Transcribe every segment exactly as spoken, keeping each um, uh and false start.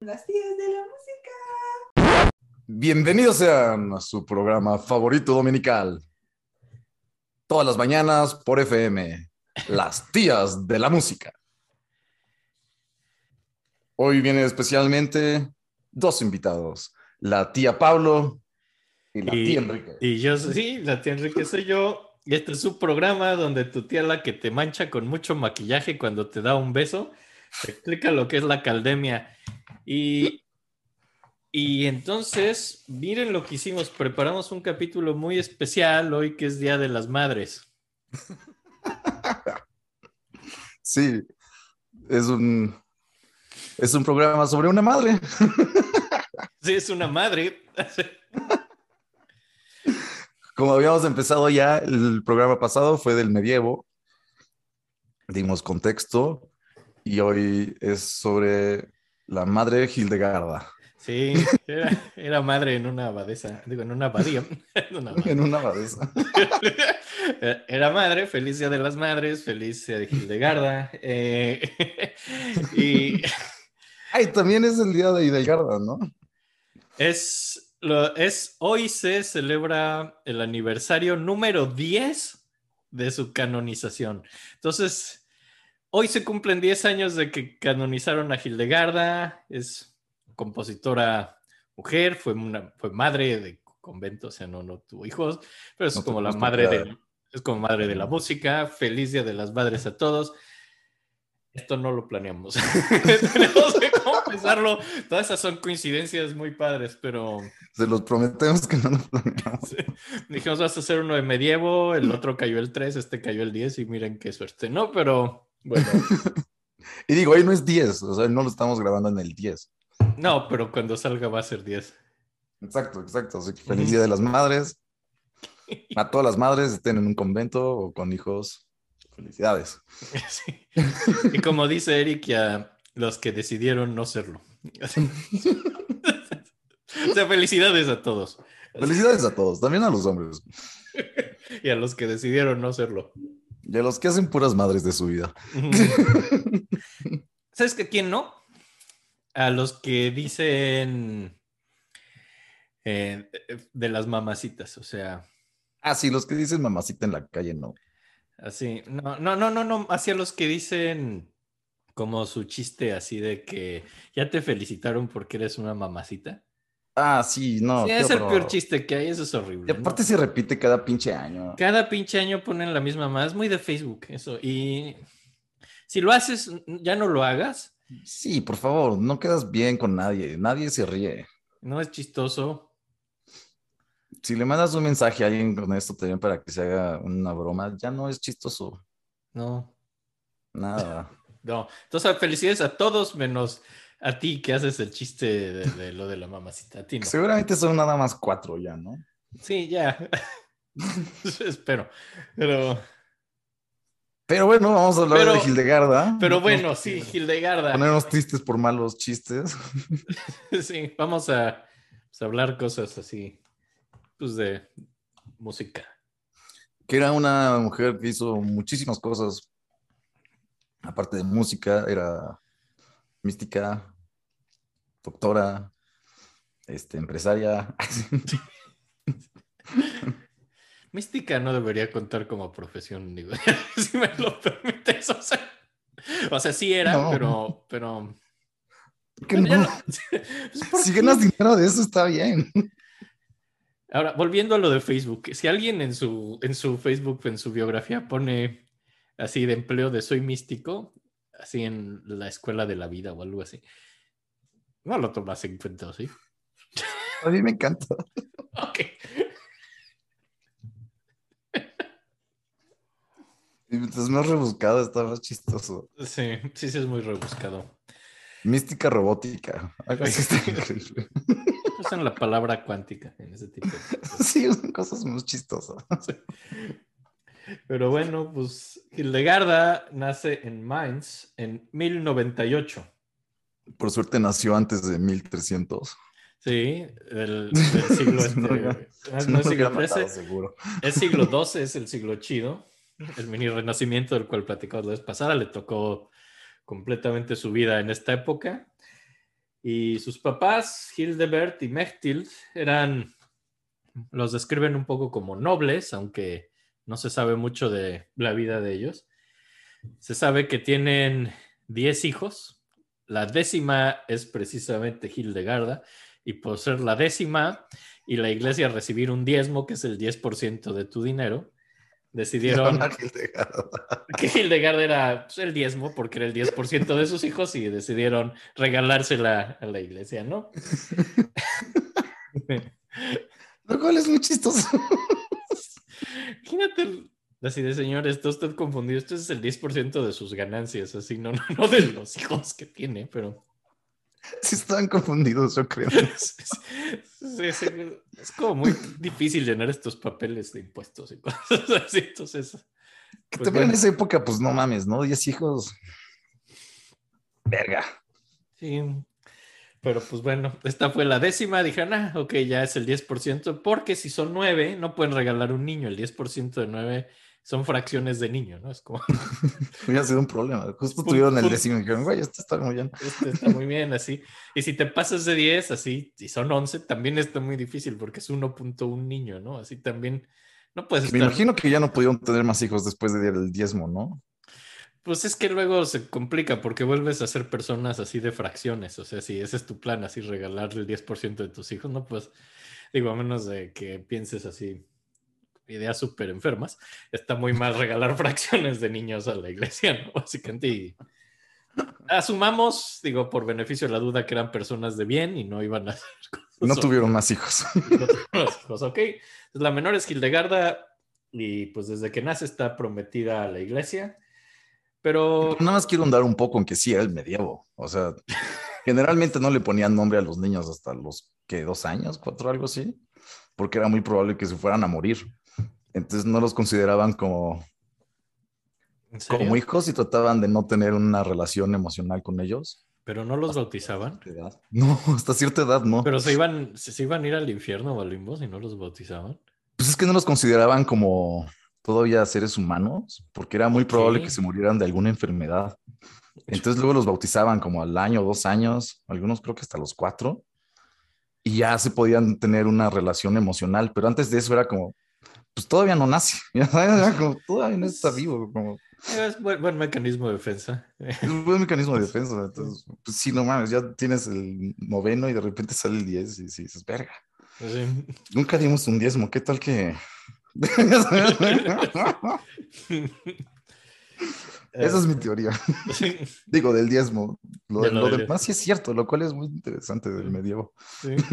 Las tías de la música. Bienvenidos sean a su programa favorito dominical. Todas las mañanas por F M, Las tías de la música. Hoy vienen especialmente dos invitados, la tía Pablo y la y, tía Enrique. Y yo, sí, la tía Enrique soy yo. Y este es su programa donde tu tía, la que te mancha con mucho maquillaje cuando te da un beso, te explica lo que es la caldemia. Y, y entonces, miren lo que hicimos. Preparamos un capítulo muy especial hoy que es Día de las Madres. Sí, es un, es un programa sobre una madre. Sí, es una madre. Como habíamos empezado ya, el programa pasado fue del medievo. Dimos contexto y hoy es sobre la madre Hildegarda. Sí, era, era madre en una abadesa, digo, en una abadía. En una, en una abadesa. Era madre, feliz Día de las Madres, feliz Día de Hildegarda. Eh, y Ay, también es el día de Hildegarda, ¿no? es, lo, es, hoy se celebra el aniversario número diez de su canonización. Entonces, hoy se cumplen diez años de que canonizaron a Hildegarda. Es compositora mujer, fue, una, fue madre de convento, o sea, no, no tuvo hijos, pero es No como la tuvimos madre propiedad. de, es como madre de la música. Feliz Día de las Madres a todos. Esto no lo planeamos. Tenemos que confesarlo. Todas esas son coincidencias muy padres, pero... Se los prometemos que no lo planeamos. Sí. Dijimos, vas a hacer uno de medievo, el otro cayó el tres, este cayó el diez y miren qué suerte. No, pero bueno. Y digo, hoy no es diez, o sea, no lo estamos grabando en el diez. No, pero cuando salga va a ser diez. Exacto, exacto. Así que feliz Día de las Madres. A todas las madres, estén en un convento o con hijos. Felicidades. Sí. Y como dice Eric, a los que decidieron no serlo. O sea, felicidades a todos. Felicidades a todos, también a los hombres. Y a los que decidieron no serlo. Y a los que hacen puras madres de su vida. ¿Sabes que quién no? A los que dicen eh, de las mamacitas, o sea... Ah, sí, los que dicen mamacita en la calle, no. Así, no, no, no, no, no, hacia los que dicen como su chiste así de que ya te felicitaron porque eres una mamacita. Ah, sí, Sí, no, qué es el peor horror. chiste que hay, eso es Y horrible, aparte ¿no? se repite cada pinche año. Cada pinche año ponen la misma más, es muy de Facebook eso. Y si lo haces, ya no lo hagas. Sí, por favor, no quedas bien con nadie, nadie se ríe. No es chistoso. Si le mandas un mensaje a alguien con esto también para que se haga una broma, ya no es chistoso. No, Nada. no. Entonces, felicidades a todos menos a ti que haces el chiste de, de lo de la mamacita. A ti no. Seguramente son nada más cuatro ya, ¿no? Sí, ya. Espero. Pero... Pero bueno, vamos a hablar Pero, de Hildegarda. pero No bueno, tenemos sí, que Hildegarda. ponernos tristes por malos chistes. Sí, vamos a, pues, a hablar cosas así, pues de música. Que era una mujer que hizo muchísimas cosas. Aparte de música, era mística, doctora, este, empresaria. Mística no debería contar como profesión, digo, si me lo permites. O sea, o sea sí era, No, pero, pero... ¿por qué Bueno, ya no? no. Pues, ¿por Si qué? ganas dinero de eso, está bien. Ahora, volviendo a lo de Facebook, si alguien en su, en su Facebook, en su biografía, pone así de empleo de soy místico, así en la escuela de la vida o algo así, no lo tomas en cuenta, ¿sí? A mí me encanta. Ok. Y mientras más rebuscado, está más chistoso. Sí, sí, sí, es muy rebuscado. Mística robótica. Algo así está increíble. Usan la palabra cuántica en ese tipo de cosas. Sí, son cosas muy chistosas. Sí. Pero bueno, pues Hildegarda nace en Mainz en mil noventa y ocho. Por suerte nació antes de mil trescientos. Sí, del, del siglo Si no, ya- este, no, si no no es lo siglo hubieran matado, trece, seguro. es siglo doce, es el siglo chido, el mini renacimiento del cual platicamos la vez pasada, le tocó completamente su vida en esta época. Y sus papás, Hildebert y Mechthild, eran, los describen un poco como nobles, aunque no se sabe mucho de la vida de ellos. Se sabe que tienen diez hijos. La décima es precisamente Hildegarda, y por ser la décima y la iglesia recibir un diezmo, que es el diez por ciento de tu dinero, Llaman a decidieron Hildegarda. que Hildegarda era pues, el diezmo porque era el diez por ciento de sus hijos y decidieron regalársela a la iglesia, ¿no? Lo cual es muy chistoso. Imagínate, así de señor, está usted confundido. Esto es el diez por ciento de sus ganancias, así, no, no, no de los hijos que tiene, pero. Sí estaban confundidos, yo creo. es, es, es como muy difícil llenar estos papeles de impuestos y cosas así. Entonces, Que pues también bueno. en esa época, pues no mames, ¿no? Diez hijos. Verga. Sí, pero pues bueno, esta fue la décima. Dijeron, ah, ok, ya es el diez por ciento, porque si son nueve, no pueden regalar un niño. El diez por ciento de nueve son fracciones de niño, ¿no? Es como. Hubiera sido un problema. Justo Fun, tuvieron el fun, décimo y dijeron, güey, esto está muy bien. este está muy bien, así. Y si te pasas de diez, así, y son once, también está muy difícil porque es uno punto uno niño, ¿no? Así también no puedes Que me estar. imagino que ya no pudieron tener más hijos después del diezmo, ¿no? Pues es que luego se complica porque vuelves a ser personas así de fracciones. O sea, si ese es tu plan, así regalarle el diez por ciento de tus hijos, no, pues digo, a menos de que pienses así, ideas súper enfermas, está muy mal regalar fracciones de niños a la iglesia, ¿no? Básicamente, y asumamos, digo, por beneficio de la duda, que eran personas de bien y no iban a hacer No cosas tuvieron horribles. más hijos. Y no tuvieron más hijos, ok. Entonces, la menor es Hildegarda y pues desde que nace está prometida a la iglesia, Pero pero nada más quiero andar un poco en que sí era el medievo. O sea, generalmente no le ponían nombre a los niños hasta los que dos años, cuatro, algo así, porque era muy probable que se fueran a morir. Entonces no los consideraban como, ¿en como serio? hijos y trataban de no tener una relación emocional con ellos Pero no los hasta bautizaban. cierta edad. No, hasta cierta edad no. Pero se iban, se, se iban a ir al infierno o al limbo si no los bautizaban. Pues es que no los consideraban como todavía seres humanos, porque era muy Ok. probable que se murieran de alguna enfermedad. Entonces luego los bautizaban como al año, dos años, algunos creo que hasta los cuatro, y ya se podían tener una relación emocional, pero antes de eso era como, pues todavía no nace, ya sabes, era como, todavía no está Es, vivo, como, es buen, buen mecanismo de defensa. es un buen mecanismo de defensa. Entonces, pues sí, no mames, ya tienes el noveno y de repente sale el diez y sí, dices, verga, Sí. nunca dimos un diezmo, ¿qué tal que... Esa Eh, es mi teoría. sí, Digo, del diezmo. Lo, ya lo lo del demás sí es cierto, lo cual es muy interesante del medievo. sí.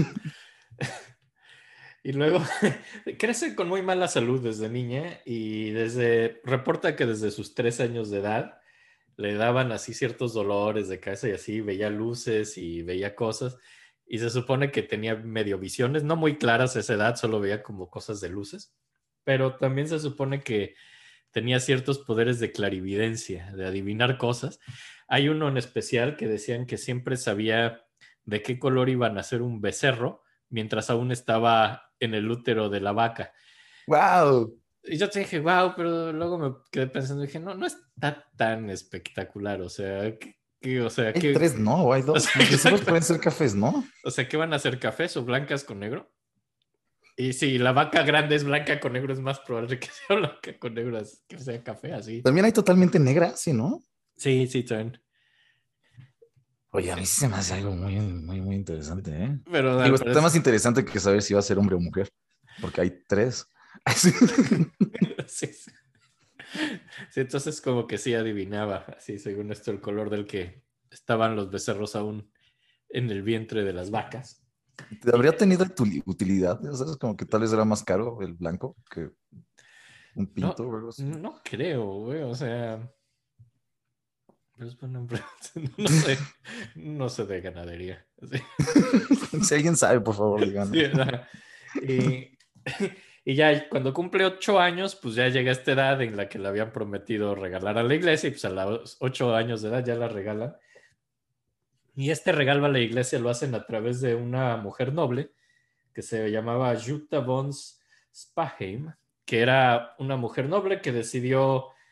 Y luego crece con muy mala salud desde niña y desde reporta que desde sus tres años de edad le daban así ciertos dolores de cabeza y así veía luces y veía cosas y se supone que tenía medio visiones, no muy claras a esa edad, solo veía como cosas de luces, pero también se supone que tenía ciertos poderes de clarividencia, de adivinar cosas. Hay uno en especial que decían que siempre sabía de qué color iba a nacer un becerro mientras aún estaba en el útero de la vaca. ¡Wow! Y yo te dije, wow, pero luego me quedé pensando, dije, no, no está tan espectacular, o sea, que, que, o sea, Hay que, tres, ¿no? O hay o dos. sea, Los becerros exacto, pueden ser cafés, ¿no? o sea, ¿qué van a ser cafés o blancas con negro? Y si la vaca grande es blanca con negro, es más probable que sea blanca con negro, que sea café, así. También hay totalmente negra, sí, ¿no? Sí, sí, también. Oye, a mí sí se me hace algo muy, muy, muy interesante, ¿eh? Pero Digo, al está más parecer, interesante que saber si va a ser hombre o mujer, porque hay tres. Sí. sí, sí. Sí, entonces como que sí adivinaba, así según esto, el color del que estaban los becerros aún en el vientre de las vacas. ¿Te Y habría tenido tu- utilidad? ¿Sabes? Como que tal vez era más caro el blanco que un no, pinto o algo así. no creo, güey, o sea, pero es buena pregunta. No sé, no sé de ganadería. Sí, Si alguien sabe, por favor, sí, díganos. era- y, y ya cuando cumple ocho años, pues ya llega esta edad en la que le habían prometido regalar a la iglesia y pues a los ocho años de edad ya la regalan. Y este regalo a la iglesia lo hacen a través de una mujer noble que se llamaba Jutta von Spaheim, que era una mujer noble que decidió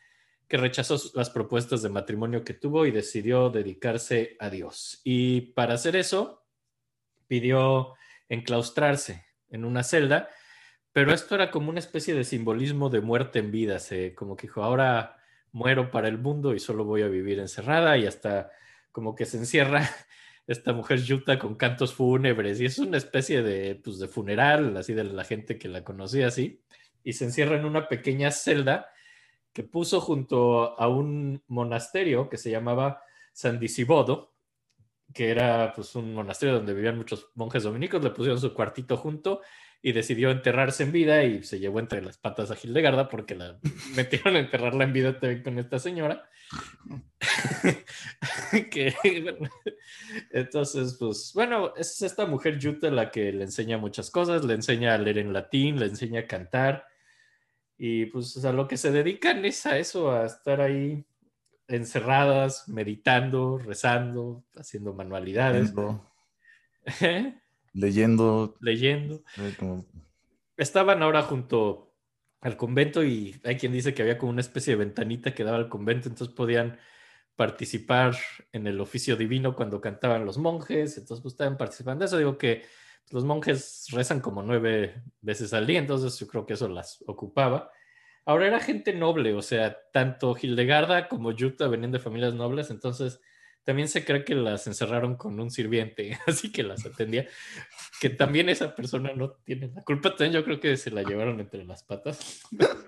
que rechazó las propuestas de matrimonio que tuvo y decidió dedicarse a Dios. Y para hacer eso, pidió enclaustrarse en una celda, pero esto era como una especie de simbolismo de muerte en vida. Se, como que dijo, ahora muero para el mundo y solo voy a vivir encerrada, y hasta como que se encierra esta mujer Yuta con cantos fúnebres, y es una especie de, pues, de funeral, así de la gente que la conocía así, y se encierra en una pequeña celda que puso junto a un monasterio que se llamaba San Disibodo, que era pues un monasterio donde vivían muchos monjes dominicos. Le pusieron su cuartito junto y decidió enterrarse en vida, y se llevó entre las patas a Hildegarda porque la metieron a enterrarla en vida también con esta señora. que, bueno, entonces, pues, bueno, es esta mujer Yuta la que le enseña muchas cosas, le enseña a leer en latín, le enseña a cantar, y pues a lo que se dedican es a eso, a estar ahí encerradas, meditando, rezando, haciendo manualidades, Leyendo, ¿eh? leyendo, Leyendo. eh, como, Estaban ahora junto al convento, y hay quien dice que había como una especie de ventanita que daba al convento, entonces podían participar en el oficio divino cuando cantaban los monjes, entonces pues estaban participando de eso. Digo que los monjes rezan como nueve veces al día, entonces yo creo que eso las ocupaba. Ahora era gente noble, o sea, tanto Hildegarda como Yuta venían de familias nobles, entonces también se cree que las encerraron con un sirviente, así que las atendía, que también esa persona no tiene la culpa, también yo creo que se la llevaron entre las patas,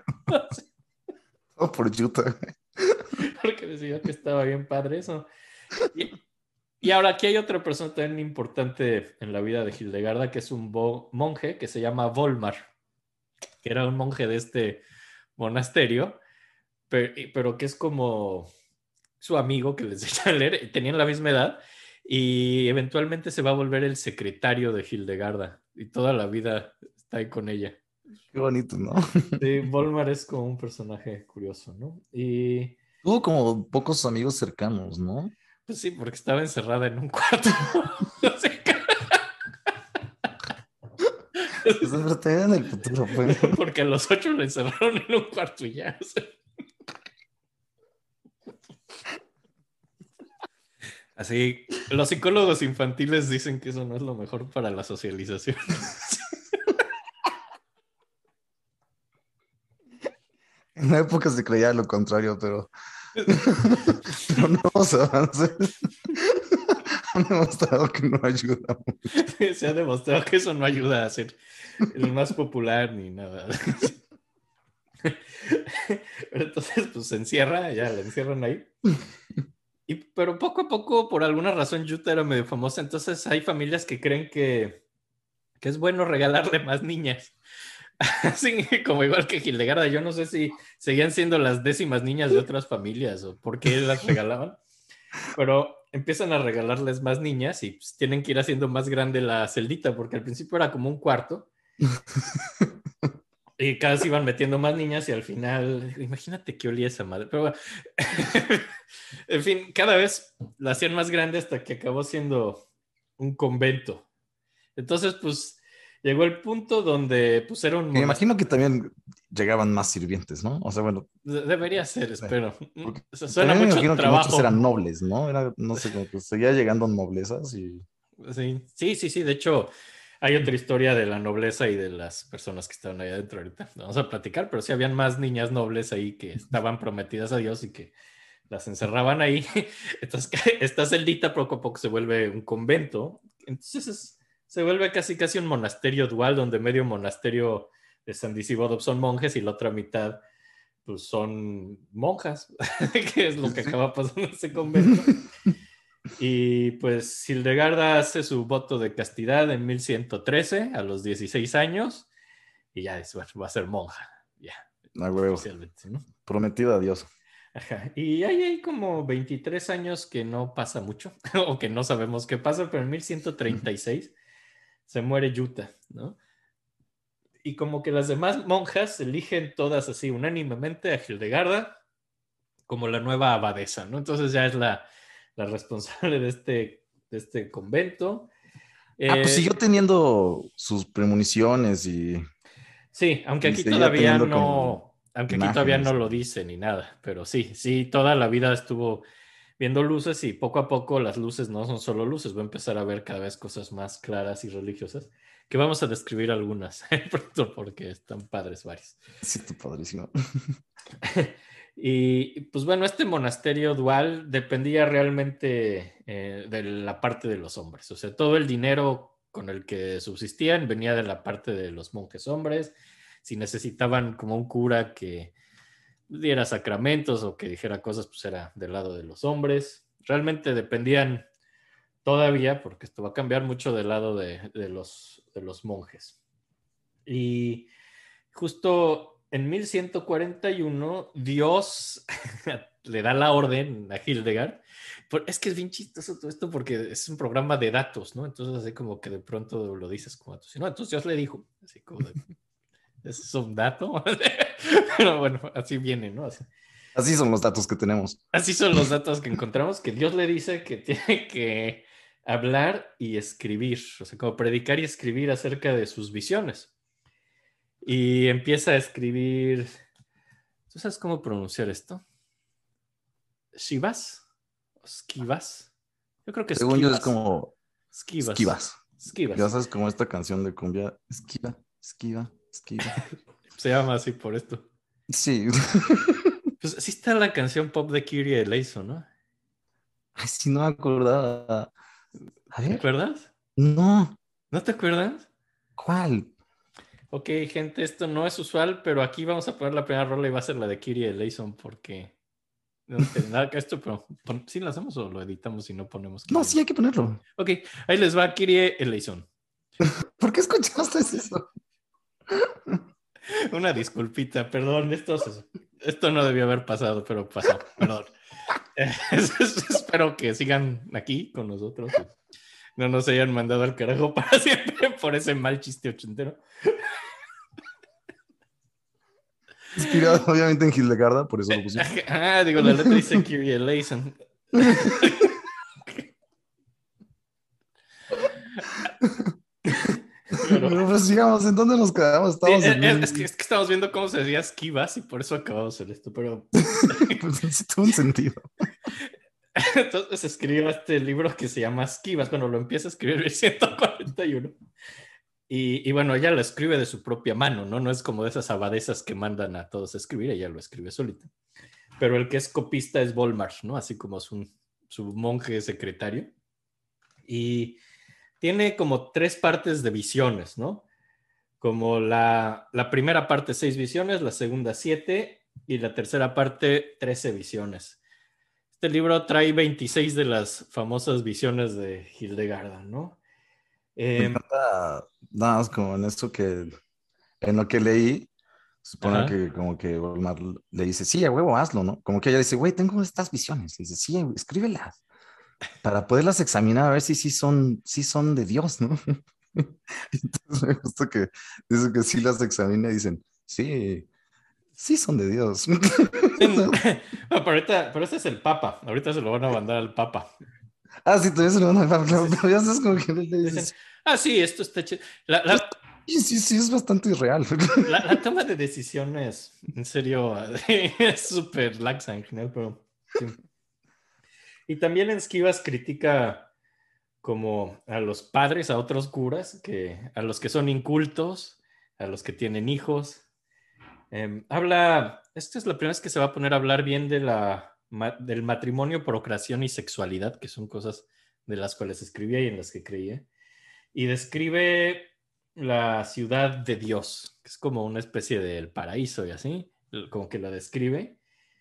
oh, por Utah. porque decidió que estaba bien padre eso. Y, y ahora aquí hay otra persona también importante en la vida de Hildegarda, que es un monje que se llama Volmar, que era un monje de este monasterio, pero, pero que es como su amigo que les enseña a leer, tenían la misma edad, y eventualmente se va a volver el secretario de Hildegarda, y toda la vida está ahí con ella. Qué bonito, ¿no? Sí, Volmar es como un personaje curioso, ¿no? Y Tuvo como pocos amigos cercanos, ¿no? pues sí, porque estaba encerrada en un cuarto. Pues pero te en el futuro, pues. Porque a los ocho le encerraron en un cuarto y ya. O sea. Así, los psicólogos infantiles dicen que eso no es lo mejor para la socialización. En la época se creía lo contrario, pero, pero nuevos avances han demostrado que no ayuda mucho. Se ha demostrado que eso no ayuda a ser el más popular ni nada. Pero entonces, pues se encierra, ya la encierran ahí. Y, pero poco a poco, por alguna razón, Yuta era medio famosa. Entonces hay familias que creen que, que es bueno regalarle más niñas. Así como igual que Hildegarda. Yo no sé si seguían siendo las décimas niñas de otras familias o por qué las regalaban, pero empiezan a regalarles más niñas, y pues, tienen que ir haciendo más grande la celdita, porque al principio era como un cuarto y cada vez iban metiendo más niñas, y al final, imagínate que olía esa madre. Pero bueno, en fin, cada vez la hacían más grande hasta que acabó siendo un convento. Entonces, pues llegó el punto donde pues era un Me monasterio. imagino que también llegaban más sirvientes, ¿no? O sea, bueno, Debería ser, eh, espero. porque O sea, suena también me mucho imagino que muchos trabajo. eran nobles, ¿no? Era, no sé, como que seguía llegando noblezas y... Sí, sí, sí, sí. De hecho, hay otra historia de la nobleza y de las personas que estaban ahí adentro ahorita. No vamos a platicar, pero sí habían más niñas nobles ahí que estaban prometidas a Dios y que las encerraban ahí. Entonces, esta celdita poco a poco se vuelve un convento. Entonces, es- se vuelve casi casi un monasterio dual, donde medio monasterio de San Disibodo son monjes y la otra mitad pues son monjas, que es lo que acaba pasando en ese convento. Y pues Hildegarda hace su voto de castidad en mil ciento trece a los dieciséis años, y ya es, bueno, va a ser monja, ya, Ah, huevo, oficialmente, ¿no? prometida a Dios. Ajá. Y hay, hay como veintitrés años que no pasa mucho, o que no sabemos qué pasa, pero en mil ciento treinta y seis se muere Yuta, ¿no? Y como que las demás monjas eligen todas así unánimemente a Hildegarda como la nueva abadesa, ¿no? Entonces ya es la, la responsable de este, de este convento. Ah, pues siguió Eh, teniendo sus premoniciones y, sí, aunque y aquí seguía todavía teniendo como... no, aunque aquí todavía imágenes. no lo dice ni nada, pero sí, sí, toda la vida estuvo viendo luces y poco a poco las luces no son solo luces, va a empezar a ver cada vez cosas más claras y religiosas, que vamos a describir algunas pronto porque están padres varias. Sí, está padrísimo. Y pues bueno, este monasterio dual dependía realmente eh, de la parte de los hombres, o sea, todo el dinero con el que subsistían venía de la parte de los monjes hombres. Si necesitaban como un cura que diera sacramentos o que dijera cosas, pues era del lado de los hombres. Realmente dependían todavía, porque esto va a cambiar mucho del lado de, de los, de los monjes. Y justo en mil ciento cuarenta y uno, Dios le da la orden a Hildegard. Es que es bien chistoso todo esto porque es un programa de datos, ¿no? Entonces, así como que de pronto lo dices como tú, no, entonces Dios le dijo, así como de, es un dato, pero bueno, así viene, ¿no? Así. Así son los datos que tenemos. Así son los datos que encontramos, que Dios le dice que tiene que hablar y escribir, o sea, como predicar y escribir acerca de sus visiones. Y empieza a escribir, ¿tú sabes cómo pronunciar esto? ¿Shivas? ¿O Skivas? Yo creo que Según yo es Skivas. como Skivas. esquivas. Ya Skivas. sabes, como esta canción de cumbia, esquiva, esquiva, esquiva. Se llama así por esto. Sí. Pues sí está la canción pop de Kyrie Eleison, ¿no? Ay, sí, no me acordaba. A ¿Te ver. acuerdas? No. ¿No te acuerdas? ¿Cuál? Ok, gente, esto no es usual, pero aquí vamos a poner la primera rola y va a ser la de Kyrie Eleison porque no tiene nada que esto, pero ¿sí la hacemos o lo editamos y no ponemos No, Kyrie? sí, hay que ponerlo. Ok, ahí les va Kyrie Eleison. ¿Por qué escuchaste eso? Una disculpita, perdón, esto, esto no debió haber pasado, pero pasó, perdón. Espero que sigan aquí con nosotros. No nos hayan mandado al carajo para siempre por ese mal chiste ochentero. Inspirado obviamente en Hildegarda, por eso lo pusimos. Ah, digo, la letra dice Kyrie Eleison. Pero, Pero pues sigamos, ¿en dónde nos quedamos? Sí, Estamos es, en... es, que, es, que, estamos viendo cómo se decía esquivas y por eso acabamos en esto, pero... pues sí tuvo un sentido. Entonces escribió este libro que se llama Esquivas. Bueno, lo empieza a escribir en ciento cuarenta y uno. Y, y bueno, ella lo escribe de su propia mano, ¿no? No es como de esas abadesas que mandan a todos a escribir, ella lo escribe solita. Pero el que es copista es Volmar, ¿no? Así como su, su monje secretario. Y tiene como tres partes de visiones, ¿no? Como la, la primera parte, seis visiones, la segunda, siete, y la tercera parte, trece visiones. Este libro trae veintiséis de las famosas visiones de Hildegarda, ¿no? Me Eh, encanta, nada más como en esto que, en lo que leí, supone ajá. que como que Volmar le dice, sí, a huevo, hazlo, ¿no? Como que ella dice, güey, tengo estas visiones. Le dice, sí, escríbelas para poderlas examinar a ver si sí son, sí son de Dios, ¿no? Entonces me gusta que dice que sí las examina y dicen, sí, sí son de Dios. No, pero, ahorita, pero este es el Papa. Ahorita se lo van a mandar al Papa. Ah, sí, todavía se lo van a dar, claro, Entonces, pero ya sabes como que le dicen, dices, ah, sí, esto está chido. La, la, sí, sí, sí, es bastante irreal. la, la toma de decisiones, en serio, es súper laxa en general, pero sí. Y también en Esquivas critica como a los padres, a otros curas, que, a los que son incultos, a los que tienen hijos. Eh, habla, esta es la primera vez que se va a poner a hablar bien de la, ma, del matrimonio, procreación y sexualidad, que son cosas de las cuales escribía y en las que creía. Y describe la ciudad de Dios, que es como una especie del paraíso y así, como que la describe.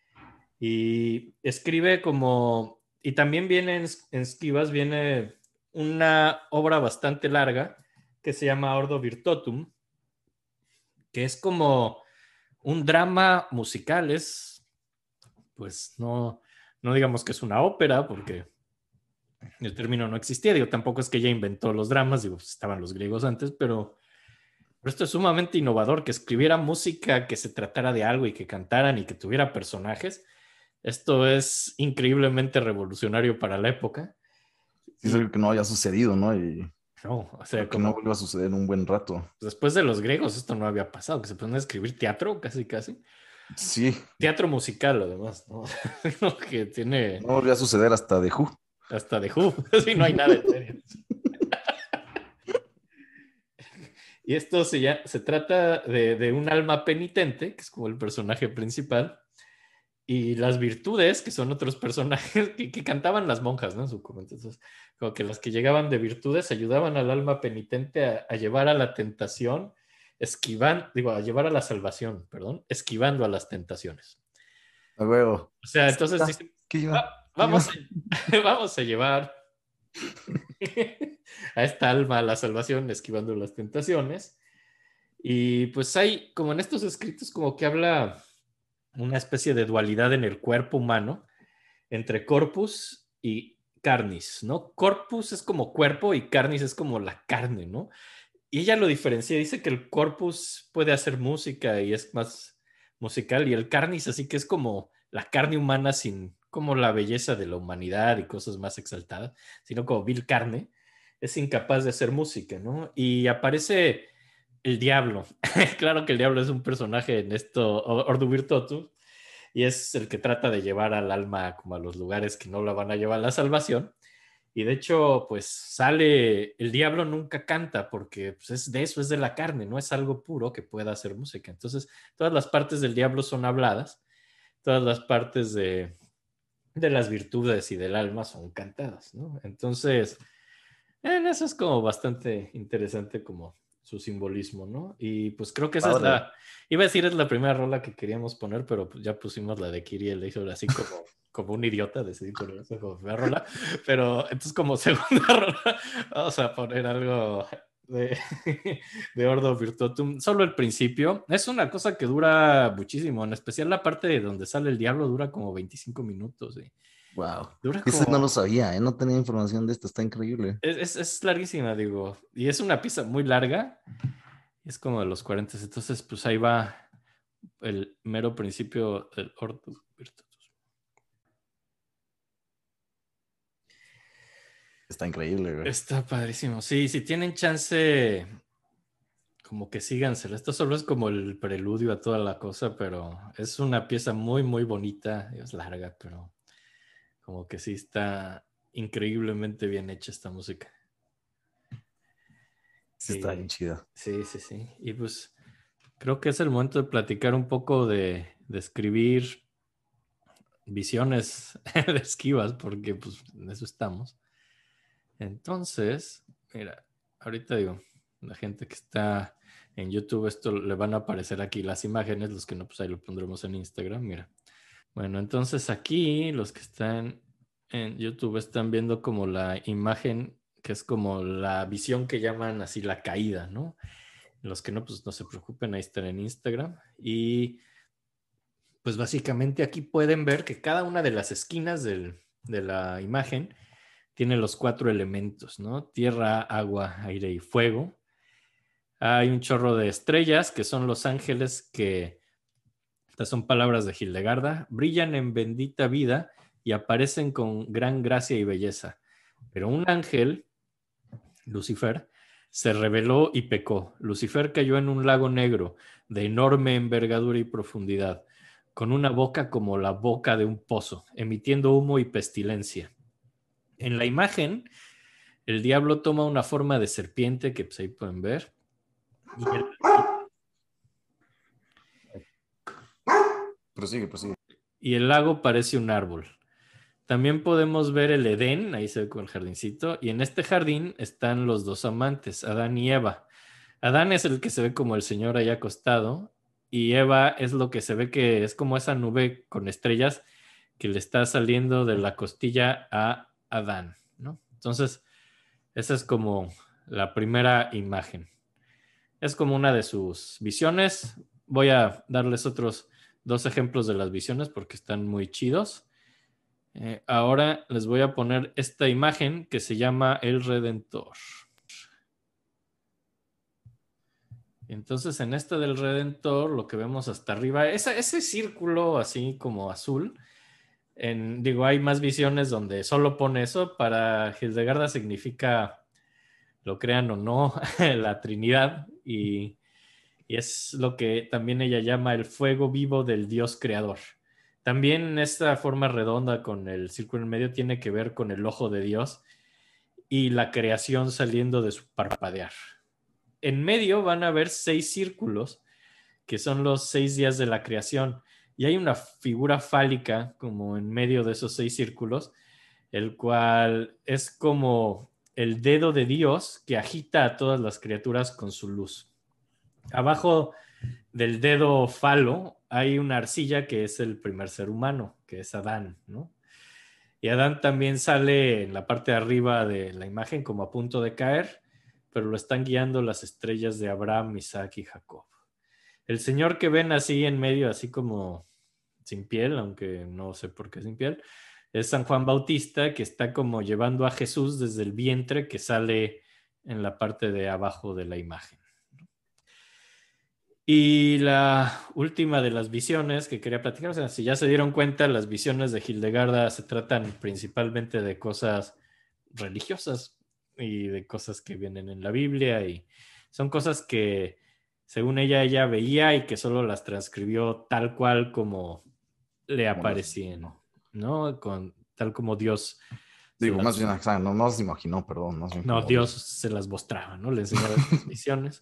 Y escribe como, y también viene en, en Esquivas, viene una obra bastante larga que se llama Ordo Virtotum, que es como un drama musical, es, pues no, no digamos que es una ópera, porque el término no existía, digo, tampoco es que ella inventó los dramas, digo, pues estaban los griegos antes, pero, pero esto es sumamente innovador, que escribiera música, que se tratara de algo y que cantaran y que tuviera personajes. Esto es increíblemente revolucionario para la época. Sí, es Y algo que no haya sucedido, ¿no? Y no, o sea, creo que no como vuelva a suceder en un buen rato. después de los griegos esto no había pasado, que se ponen a escribir teatro casi casi. Sí, Teatro musical, además, ¿no? Lo que tiene no volvió a suceder hasta de Who. hasta de Who. Sí, no hay nada en serio. Y esto se, ya, se trata de, de un alma penitente, que es como el personaje principal, y las virtudes, que son otros personajes que, que cantaban las monjas, ¿no? En su momento. Entonces, como que las que llegaban de virtudes ayudaban al alma penitente a, a llevar a la tentación, esquivando, digo, a llevar a la salvación, perdón, esquivando a las tentaciones. A huevo. O sea, entonces Ah, dicen, ¿qué iba? "Va- ¿Qué iba? vamos, a, vamos a llevar a esta alma a la salvación, esquivando las tentaciones. Y pues hay, como en estos escritos, como que habla una especie de dualidad en el cuerpo humano entre corpus y carnis, ¿no? Corpus es como cuerpo y carnis es como la carne, ¿no? Y ella lo diferencia, dice que el corpus puede hacer música y es más musical y el carnis así que es como la carne humana sin como la belleza de la humanidad y cosas más exaltadas, sino como vil carne, es incapaz de hacer música, ¿no? Y aparece el diablo. Claro que el diablo es un personaje en esto, Ordo Virtuotum, y es el que trata de llevar al alma como a los lugares que no la van a llevar a la salvación. Y de hecho, pues sale, el diablo nunca canta porque pues, es de eso, es de la carne, no es algo puro que pueda hacer música. Entonces, todas las partes del diablo son habladas, todas las partes de, de las virtudes y del alma son cantadas, ¿no? Entonces, en eso es como bastante interesante como su simbolismo, ¿no? Y pues creo que esa es Padre. la, iba a decir es la primera rola que queríamos poner, pero pues ya pusimos la de Kiri Eleison así como, como un idiota, decidí poner esa como primera rola, pero entonces como segunda rola vamos a poner algo de, de Ordo Virtuotum, solo el principio, es una cosa que dura muchísimo, en especial la parte de donde sale el diablo dura como veinticinco minutos, ¿sí? Wow. Dura Ese no lo como sabía, ¿eh? No tenía información de esto, está increíble. es, es, es larguísima, digo. Y es una pieza muy larga. Es como de los cuarenta. Entonces, pues ahí va el mero principio del Ordo Virtuosus. Está increíble, güey. Está padrísimo. Sí, si tienen chance, como que sígansela. Esto solo es como el preludio a toda la cosa, pero es una pieza muy, muy bonita. Es larga, pero como que sí está increíblemente bien hecha esta música. Sí, está bien Y, chida. sí, sí, sí. Y pues creo que es el momento de platicar un poco de, de escribir visiones de esquivas, porque pues en eso estamos. Entonces, mira, ahorita digo, la gente que está en YouTube, esto le van a aparecer aquí las imágenes, los que no, pues ahí lo pondremos en Instagram, mira. Bueno, entonces aquí los que están en YouTube están viendo como la imagen que es como la visión que llaman así la caída, ¿no? Los que no, pues no se preocupen, ahí están en Instagram. Y pues básicamente aquí pueden ver que cada una de las esquinas del, de la imagen tiene los cuatro elementos, ¿no? Tierra, agua, aire y fuego. Hay un chorro de estrellas que son los ángeles que, estas son palabras de Hildegarda, brillan en bendita vida y aparecen con gran gracia y belleza. Pero un ángel, Lucifer, se rebeló y pecó. Lucifer cayó en un lago negro de enorme envergadura y profundidad, con una boca como la boca de un pozo, emitiendo humo y pestilencia. En la imagen, el diablo toma una forma de serpiente, que pues ahí pueden ver, y el, Prosigue, prosigue. y el lago parece un árbol. También podemos ver el Edén, ahí se ve con el jardincito, y en este jardín están los dos amantes, Adán y Eva. Adán es el que se ve como el Señor ahí acostado, y Eva es lo que se ve que es como esa nube con estrellas que le está saliendo de la costilla a Adán, ¿no? Entonces, esa es como la primera imagen. Es como una de sus visiones. Voy a darles otros dos ejemplos de las visiones porque están muy chidos. Eh, ahora les voy a poner esta imagen que se llama el Redentor. Entonces, en esta del Redentor, lo que vemos hasta arriba, esa, ese círculo así como azul, en, digo, hay más visiones donde solo pone eso. Para Hildegarda significa, lo crean o no, la Trinidad. Y y es lo que también ella llama el fuego vivo del Dios creador. También esta forma redonda con el círculo en medio tiene que ver con el ojo de Dios y la creación saliendo de su parpadear. En medio van a haber seis círculos, que son los seis días de la creación, y hay una figura fálica como en medio de esos seis círculos, el cual es como el dedo de Dios que agita a todas las criaturas con su luz. Abajo del dedo falo hay una arcilla que es el primer ser humano, que es Adán, ¿no? Y Adán también sale en la parte de arriba de la imagen como a punto de caer, pero lo están guiando las estrellas de Abraham, Isaac y Jacob. El señor que ven así en medio, así como sin piel, aunque no sé por qué sin piel, es San Juan Bautista, que está como llevando a Jesús desde el vientre que sale en la parte de abajo de la imagen. Y la última de las visiones que quería platicar, o sea, si ya se dieron cuenta, las visiones de Hildegarda se tratan principalmente de cosas religiosas y de cosas que vienen en la Biblia, y son cosas que según ella ella veía y que solo las transcribió tal cual como le aparecían, ¿no? Con, tal como Dios Digo, las, más bien, o sea, no, no se imaginó, perdón, más bien no, como Dios Dios. se las mostraba, ¿no? Le enseñaba estas visiones,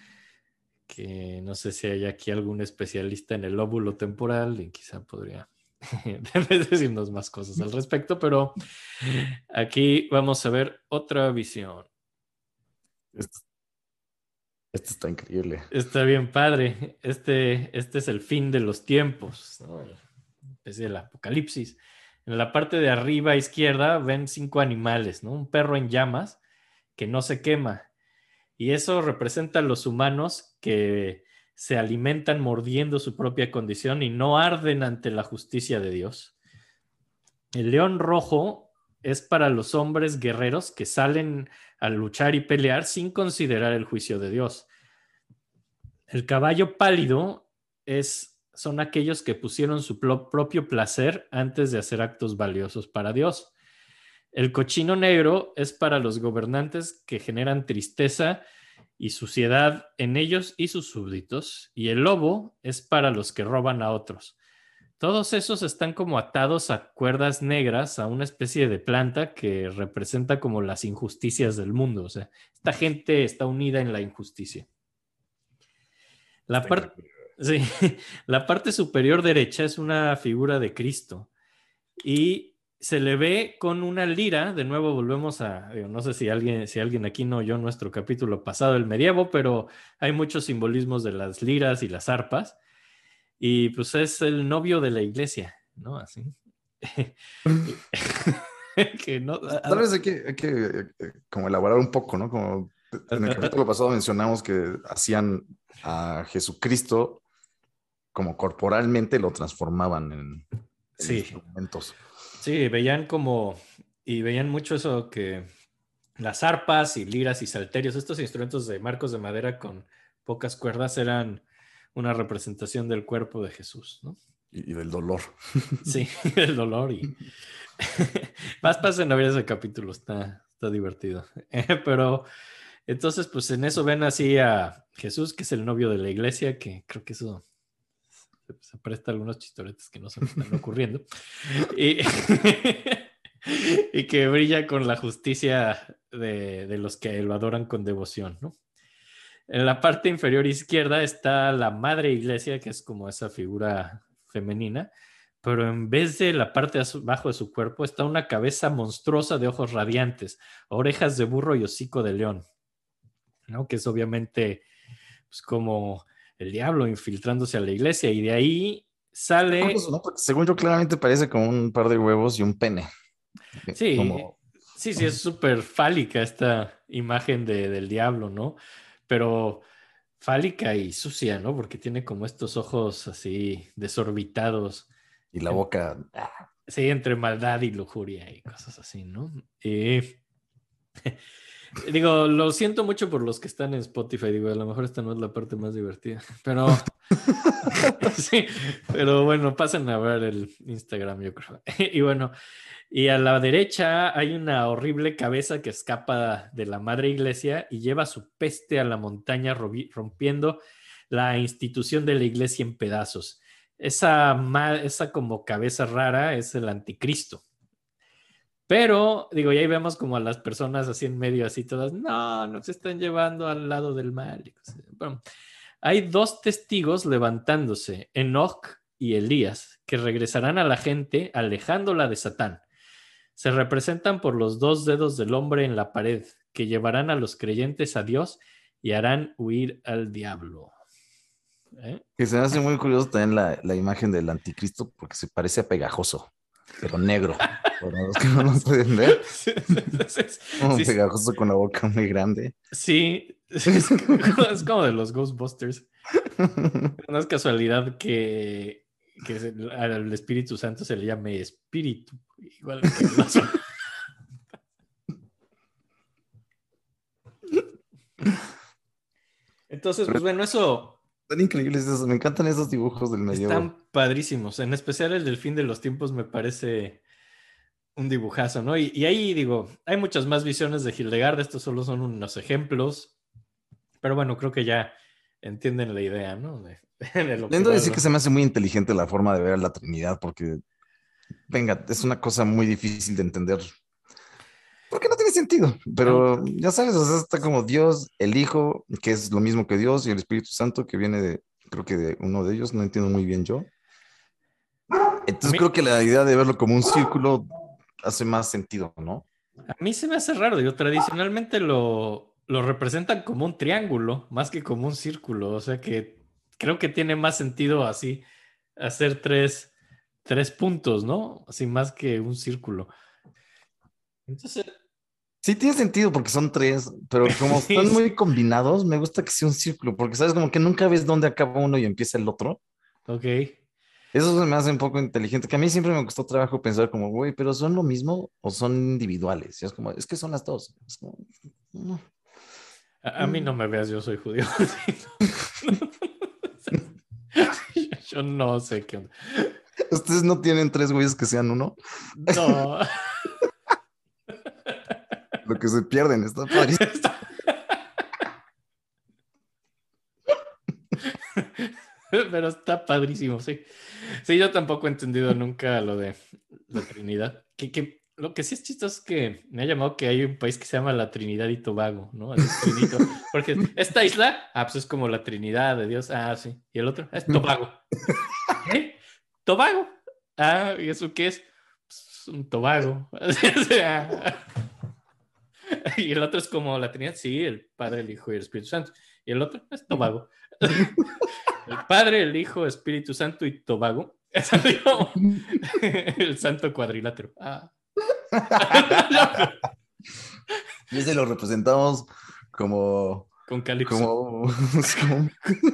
que no sé si hay aquí algún especialista en el lóbulo temporal y quizá podría decirnos más cosas al respecto, pero aquí vamos a ver otra visión. Esto, esto está increíble. Está bien padre. Este, este es el fin de los tiempos, ¿no? Especie del apocalipsis. En la parte de arriba izquierda ven cinco animales, ¿no? Un perro en llamas que no se quema. Y eso representa a los humanos que se alimentan mordiendo su propia condición y no arden ante la justicia de Dios. El león rojo es para los hombres guerreros que salen a luchar y pelear sin considerar el juicio de Dios. El caballo pálido es, son aquellos que pusieron su propio placer antes de hacer actos valiosos para Dios. El cochino negro es para los gobernantes que generan tristeza y suciedad en ellos y sus súbditos. Y el lobo es para los que roban a otros. Todos esos están como atados a cuerdas negras a una especie de planta que representa como las injusticias del mundo. O sea, esta gente está unida en la injusticia. La, par sí, la parte superior derecha es una figura de Cristo y se le ve con una lira. De nuevo volvemos a, no sé si alguien, si alguien aquí no oyó nuestro capítulo pasado, el medievo, pero hay muchos simbolismos de las liras y las arpas. Y pues es el novio de la iglesia, ¿no? Así. que no, Tal vez hay que, hay que eh, como elaborar un poco, ¿no? Como en el capítulo pasado mencionamos que hacían a Jesucristo como corporalmente lo transformaban en, en sí. instrumentos. Sí, veían como, y veían mucho eso que las arpas y liras y salterios, estos instrumentos de marcos de madera con pocas cuerdas, eran una representación del cuerpo de Jesús, ¿no? Y, y del dolor. Sí, el dolor. Y más pasen a ver ese capítulo, está, está divertido. Pero entonces, pues en eso ven así a Jesús, que es el novio de la iglesia, que creo que eso se, se presta a algunos chistoretes que no se me están ocurriendo. Y, y que brilla con la justicia de, de los que lo adoran con devoción, ¿no? En la parte inferior izquierda está la madre iglesia, que es como esa figura femenina, pero en vez de la parte abajo de su cuerpo está una cabeza monstruosa de ojos radiantes, orejas de burro y hocico de león, ¿no? Que es obviamente pues, como el diablo infiltrándose a la iglesia, y de ahí sale... ¿No? Según yo, claramente parece como un par de huevos y un pene. Sí, como... sí, sí, es súper fálica esta imagen de, del diablo, ¿no? Pero fálica y sucia, ¿no? Porque tiene como estos ojos así desorbitados. Y la boca. Sí, entre maldad y lujuria y cosas así, ¿no? Y digo, lo siento mucho por los que están en Spotify. Digo, a lo mejor esta no es la parte más divertida, pero sí, pero bueno, pasen a ver el Instagram, yo creo. Y bueno, y a la derecha hay una horrible cabeza que escapa de la madre iglesia y lleva su peste a la montaña, rompiendo la institución de la iglesia en pedazos. Esa, esa como cabeza rara es el anticristo. Pero, digo, y ahí vemos como a las personas así en medio, así todas, no, nos están llevando al lado del mal. Bueno, hay dos testigos levantándose, Enoch y Elías, que regresarán a la gente alejándola de Satán. Se representan por los dos dedos del hombre en la pared, que llevarán a los creyentes a Dios y harán huir al diablo. ¿Eh? Que se me hace muy curioso también la, la imagen del anticristo porque se parece a Pegajoso, pero negro. Para los que no lo pueden ver. Como sí, Pegajoso con la boca muy grande. Sí, es como, es como de los Ghostbusters. No es casualidad que, que se, al Espíritu Santo se le llame espíritu, igual que los... Entonces, pues bueno, eso... Están increíbles esos, me encantan esos dibujos del medievo. Están padrísimos, en especial el del fin de los tiempos me parece un dibujazo, ¿no? Y, y ahí digo, hay muchas más visiones de Hildegard, estos solo son unos ejemplos, pero bueno, creo que ya entienden la idea, ¿no? De, de lo que Lento va decir lo... que se me hace muy inteligente la forma de ver a la Trinidad, porque, venga, es una cosa muy difícil de entender. Porque no tiene sentido, pero ya sabes, o sea, está como Dios, el Hijo, que es lo mismo que Dios, y el Espíritu Santo, que viene de, creo que de uno de ellos, no entiendo muy bien yo. Entonces mí, creo que la idea de verlo como un círculo hace más sentido, ¿no? A mí se me hace raro, digo, tradicionalmente lo, lo representan como un triángulo, más que como un círculo, o sea que creo que tiene más sentido así, hacer tres, tres puntos, ¿no? Así más que un círculo. Entonces, Sí tiene sentido porque son tres, pero como sí, están muy combinados, me gusta que sea un círculo, porque sabes, como que nunca ves dónde acaba uno y empieza el otro. ok. Eso se me hace un poco inteligente, que a mí siempre me costó trabajo pensar como, güey, pero ¿son lo mismo o son individuales? Y es como, es que son las dos. Es como, no. A, a mí no me veas, yo soy judío. Yo no sé qué onda. ¿Ustedes no tienen tres güeyes que sean uno? No. Lo que se pierden, está padrísimo. Está- Pero está padrísimo, sí. Sí, yo tampoco he entendido nunca lo de la Trinidad. Que, que, lo que sí es chistoso es que me ha llamado que hay un país que se llama la Trinidad y Tobago, ¿no? Así, Trinito. Porque esta isla, ah, pues es como la Trinidad de Dios. Ah, sí. Y el otro es Tobago. ¿Eh? Tobago. Ah, ¿y eso qué es? Pues un Tobago. O sea, y el otro es como la Trinidad, sí, el Padre, el Hijo y el Espíritu Santo. Y el otro es Tobago. El Padre, el Hijo, Espíritu Santo y Tobago. Es el santo cuadrilátero. Ah. Y ese lo representamos como, Con Calipso. como, como...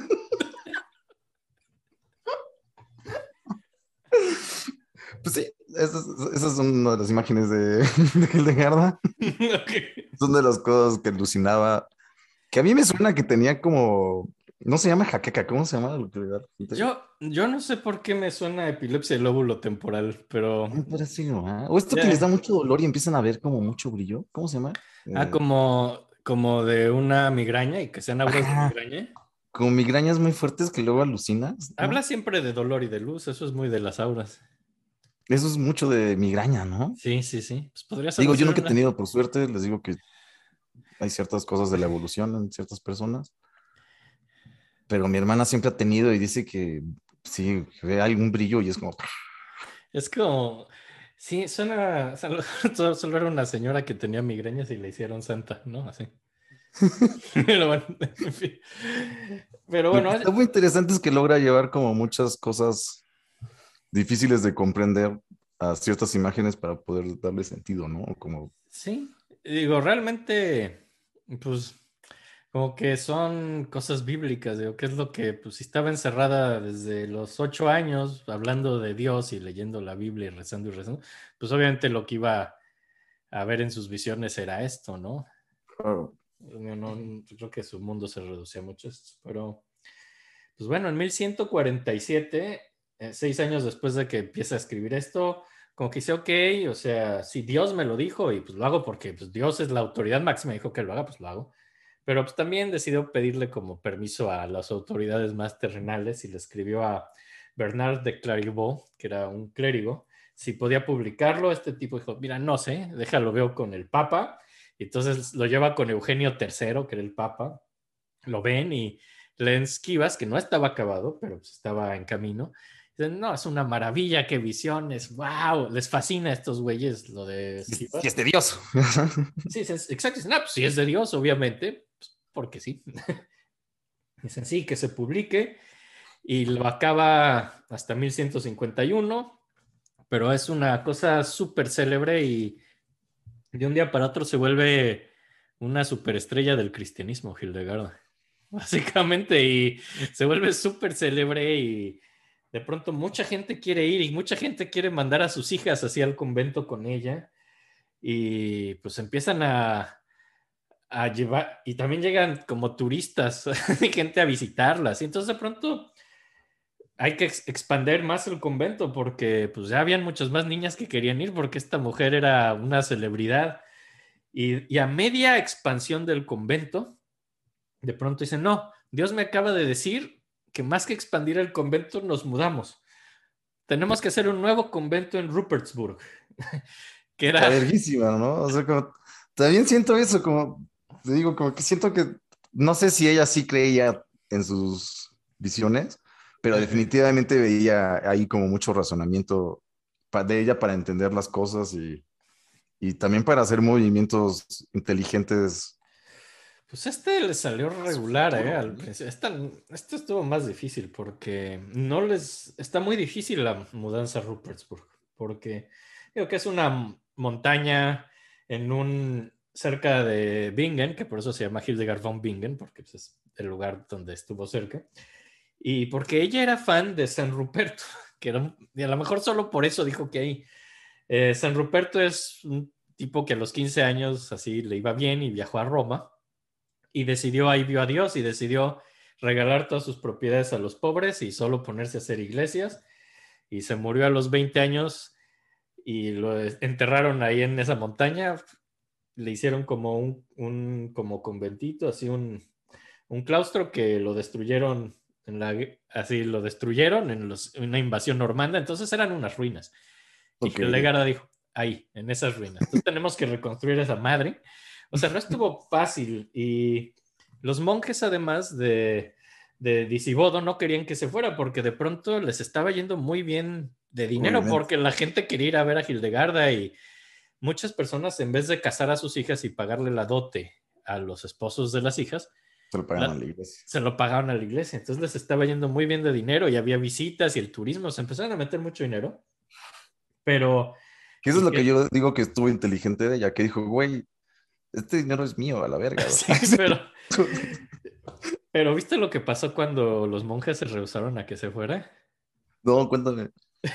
Pues sí, esas, esas son una de las imágenes de, de Hildegarda. Okay. Son de las cosas que alucinaba. Que a mí me suena que tenía como. No se llama jaqueca, ¿cómo se llama? Lo que le da la gente? Yo, yo no sé por qué me suena epilepsia del lóbulo temporal, pero. Me parece, ¿no? ¿Ah? O esto que les Yeah. da mucho dolor y empiezan a ver como mucho brillo. ¿Cómo se llama? Ah, Eh, como, como de una migraña y que sean auras de ajá, migraña. como migrañas muy fuertes que luego alucinas, Habla ¿no? siempre de dolor y de luz, eso es muy de las auras. Eso es mucho de migraña, ¿no? Sí, sí, sí. Pues podría Digo, solo yo ser nunca he una. tenido, por suerte, les digo que hay ciertas cosas de la evolución en ciertas personas, pero mi hermana siempre ha tenido y dice que sí, que ve algún brillo y es como, Es como. Sí, suena. Solo, solo era una señora que tenía migrañas y le hicieron santa, ¿no? Así. Pero bueno, en fin. Pero lo que bueno, está muy interesante es que logra llevar como muchas cosas difíciles de comprender a ciertas imágenes para poder darle sentido, ¿no? Como, sí, digo, realmente, pues, como que son cosas bíblicas, digo, que es lo que, pues, si estaba encerrada desde los ocho años hablando de Dios y leyendo la Biblia y rezando y rezando, pues obviamente lo que iba a ver en sus visiones era esto, ¿no? claro, No, no, yo creo que su mundo se reducía mucho a esto, pero, pues bueno, en mil ciento cuarenta y siete, eh, seis años después de que empieza a escribir esto, como que dice, ok, o sea, si Dios me lo dijo y pues lo hago porque pues, Dios es la autoridad máxima, dijo que lo haga, pues lo hago. pero pues también decidió pedirle como permiso a las autoridades más terrenales y le escribió a Bernard de Clairvaux, que era un clérigo, si podía publicarlo. Este tipo dijo, mira, no sé, déjalo, veo con el Papa. Y entonces lo lleva con Eugenio tercero, que era el Papa. Lo ven y leen Esquivas, que no estaba acabado, pero pues estaba en camino. Dicen, no, es una maravilla, qué visiones, wow, les fascina a estos güeyes lo de Sí, Esquivas. sí es de Dios. Sí, es, exacto, dicen, ah, pues sí es de Dios, obviamente, pues, porque sí. Dicen, sí, que se publique y lo acaba hasta mil ciento cincuenta y uno, pero es una cosa súper célebre y de un día para otro se vuelve una superestrella del cristianismo, Hildegard, básicamente, y se vuelve súper célebre y de pronto mucha gente quiere ir y mucha gente quiere mandar a sus hijas así al convento con ella y pues empiezan a, a llevar, y también llegan como turistas, gente a visitarlas, y entonces de pronto hay que ex- expander más el convento porque pues ya habían muchas más niñas que querían ir porque esta mujer era una celebridad. Y, y a media expansión del convento, de pronto dicen, no, Dios me acaba de decir que más que expandir el convento, nos mudamos. Tenemos que hacer un nuevo convento en Rupertsburg, que Está era, verguísima, ¿no? O sea, como, también siento eso, como, te digo, como que siento que, no sé si ella sí creía en sus visiones, pero definitivamente veía ahí como mucho razonamiento pa- de ella para entender las cosas y, y también para hacer movimientos inteligentes pues este le salió a su regular, ¿eh? futuro, Al ¿no? principio. Esta- esto estuvo más difícil porque no les, está muy difícil la mudanza a Rupertsburg, porque digo que es una montaña en un, cerca de Bingen, que por eso se llama Hildegard von Bingen, porque pues, es el lugar donde estuvo cerca. Y porque ella era fan de San Ruperto, que era, y a lo mejor solo por eso dijo que ahí. Eh, San Ruperto es un tipo que a los quince años así le iba bien y viajó a Roma y decidió, ahí vio a Dios y decidió regalar todas sus propiedades a los pobres y solo ponerse a hacer iglesias. Y se murió a los veinte años y lo enterraron ahí en esa montaña. Le hicieron como un, un como conventito, así un, un claustro que lo destruyeron en la, así lo destruyeron en, los, en una invasión normanda, entonces eran unas ruinas. Y Ok. Hildegard dijo, ahí, en esas ruinas. Entonces tenemos que reconstruir esa madre. O sea, no estuvo fácil. Y los monjes, además de, de Disibodo, no querían que se fuera porque de pronto les estaba yendo muy bien de dinero Obviamente, porque la gente quería ir a ver a Hildegarda y muchas personas, en vez de casar a sus hijas y pagarle la dote a los esposos de las hijas, se lo pagaron a la, la iglesia. se lo pagaron a la iglesia. Entonces les estaba yendo muy bien de dinero y había visitas y el turismo. Se empezaron a meter mucho dinero, pero Que eso es y lo que que, yo digo que estuvo inteligente de ella, que dijo, güey, este dinero es mío, a la verga. sí, pero, pero ¿viste lo que pasó cuando los monjes se rehusaron a que se fuera? No, cuéntame.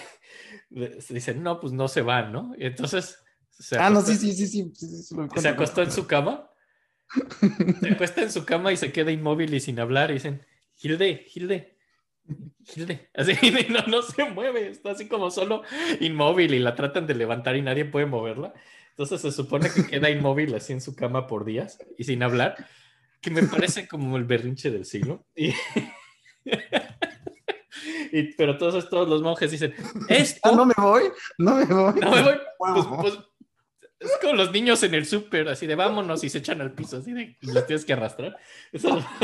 Dicen, no, pues no se van, ¿no? Y entonces se Ah, no, acostó, sí, sí, sí, sí, sí, sí, sí, lo se cuento, cuento. acostó en su cama, se acuesta en su cama y se queda inmóvil y sin hablar. Y dicen, Hilde, Hilde, Hilde. Así, no, no se mueve, está así como solo inmóvil y la tratan de levantar y nadie puede moverla. Entonces se supone que queda inmóvil así en su cama por días y sin hablar, que me parece como el berrinche del siglo. Y, y, pero todos, todos los monjes dicen, Ah, no me esto, voy, no me voy. no me voy, pues, Huevo. pues es como los niños en el súper, así de vámonos y se echan al piso, así de, y los tienes que arrastrar. Eso es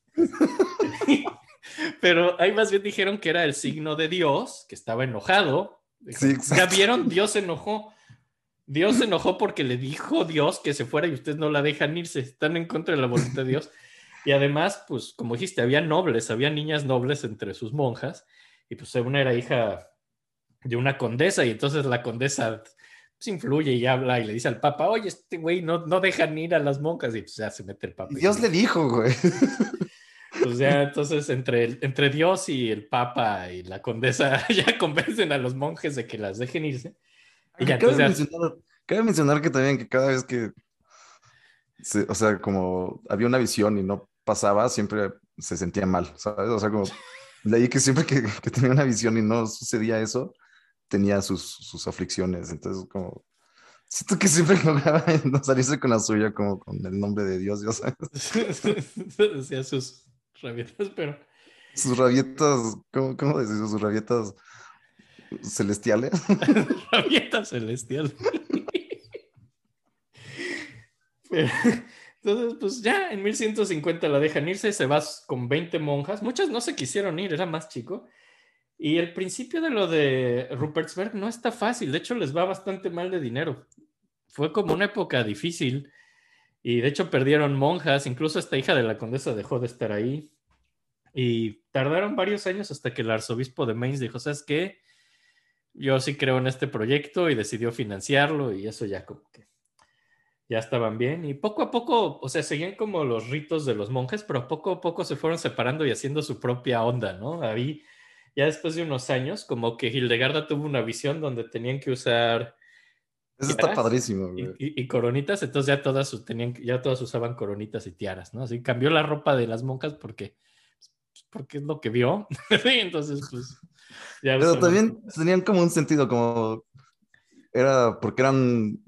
Pero ahí más bien dijeron que era el signo de Dios, que estaba enojado. Sí, Dijo, ya exacto. vieron, Dios se enojó. Dios se enojó porque le dijo Dios que se fuera y ustedes no la dejan irse. Están en contra de la voluntad de Dios. Y además, pues, como dijiste, había nobles, había niñas nobles entre sus monjas. Y pues una era hija de una condesa y entonces la condesa pues, influye y habla y le dice al papa, oye, este güey no, no dejan ir a las monjas. Y pues ya se mete el Y papa y Dios dice, le dijo, güey. pues ya entonces entre, entre Dios y el Papa y la condesa ya convencen a los monjes de que las dejen irse. Y ya Aunque cabe entonces ya, mencionar, cabe mencionar que también que cada vez que, se- o sea, como había una visión y no pasaba, siempre se sentía mal, ¿sabes? O sea, como leí que siempre que, que tenía una visión y no sucedía eso, tenía sus, sus aflicciones. Entonces, como, Siento que siempre lograba no salirse con la suya, como con el nombre de Dios, ya sabes. Decía sus rabietas, pero Sus rabietas, ¿cómo, cómo decís? Sus rabietas celestiales. rabieta celestial. Pero, entonces, pues ya en mil ciento cincuenta la dejan irse, se va con veinte monjas. Muchas no se quisieron ir, era más chico. Y el principio de lo de Rupertsberg no está fácil, de hecho les va bastante mal de dinero. Fue como una época difícil y de hecho perdieron monjas, incluso esta hija de la condesa dejó de estar ahí. Y tardaron varios años hasta que el arzobispo de Mainz dijo, ¿sabes qué? Yo sí creo en este proyecto y decidió financiarlo y eso ya como que ya estaban bien. Y poco a poco, o sea, seguían como los ritos de los monjes, pero poco a poco se fueron separando y haciendo su propia onda, ¿no? Ahí, ya después de unos años, como que Hildegarda tuvo una visión donde tenían que usar Eso está tiaras padrísimo, y, güey. y- y coronitas, entonces ya todas, sus- tenían, ya todas usaban coronitas y tiaras, ¿no? Así cambió la ropa de las monjas porque, porque es lo que vio. Sí, entonces, pues, ya Pero usaban. también tenían como un sentido, como era porque eran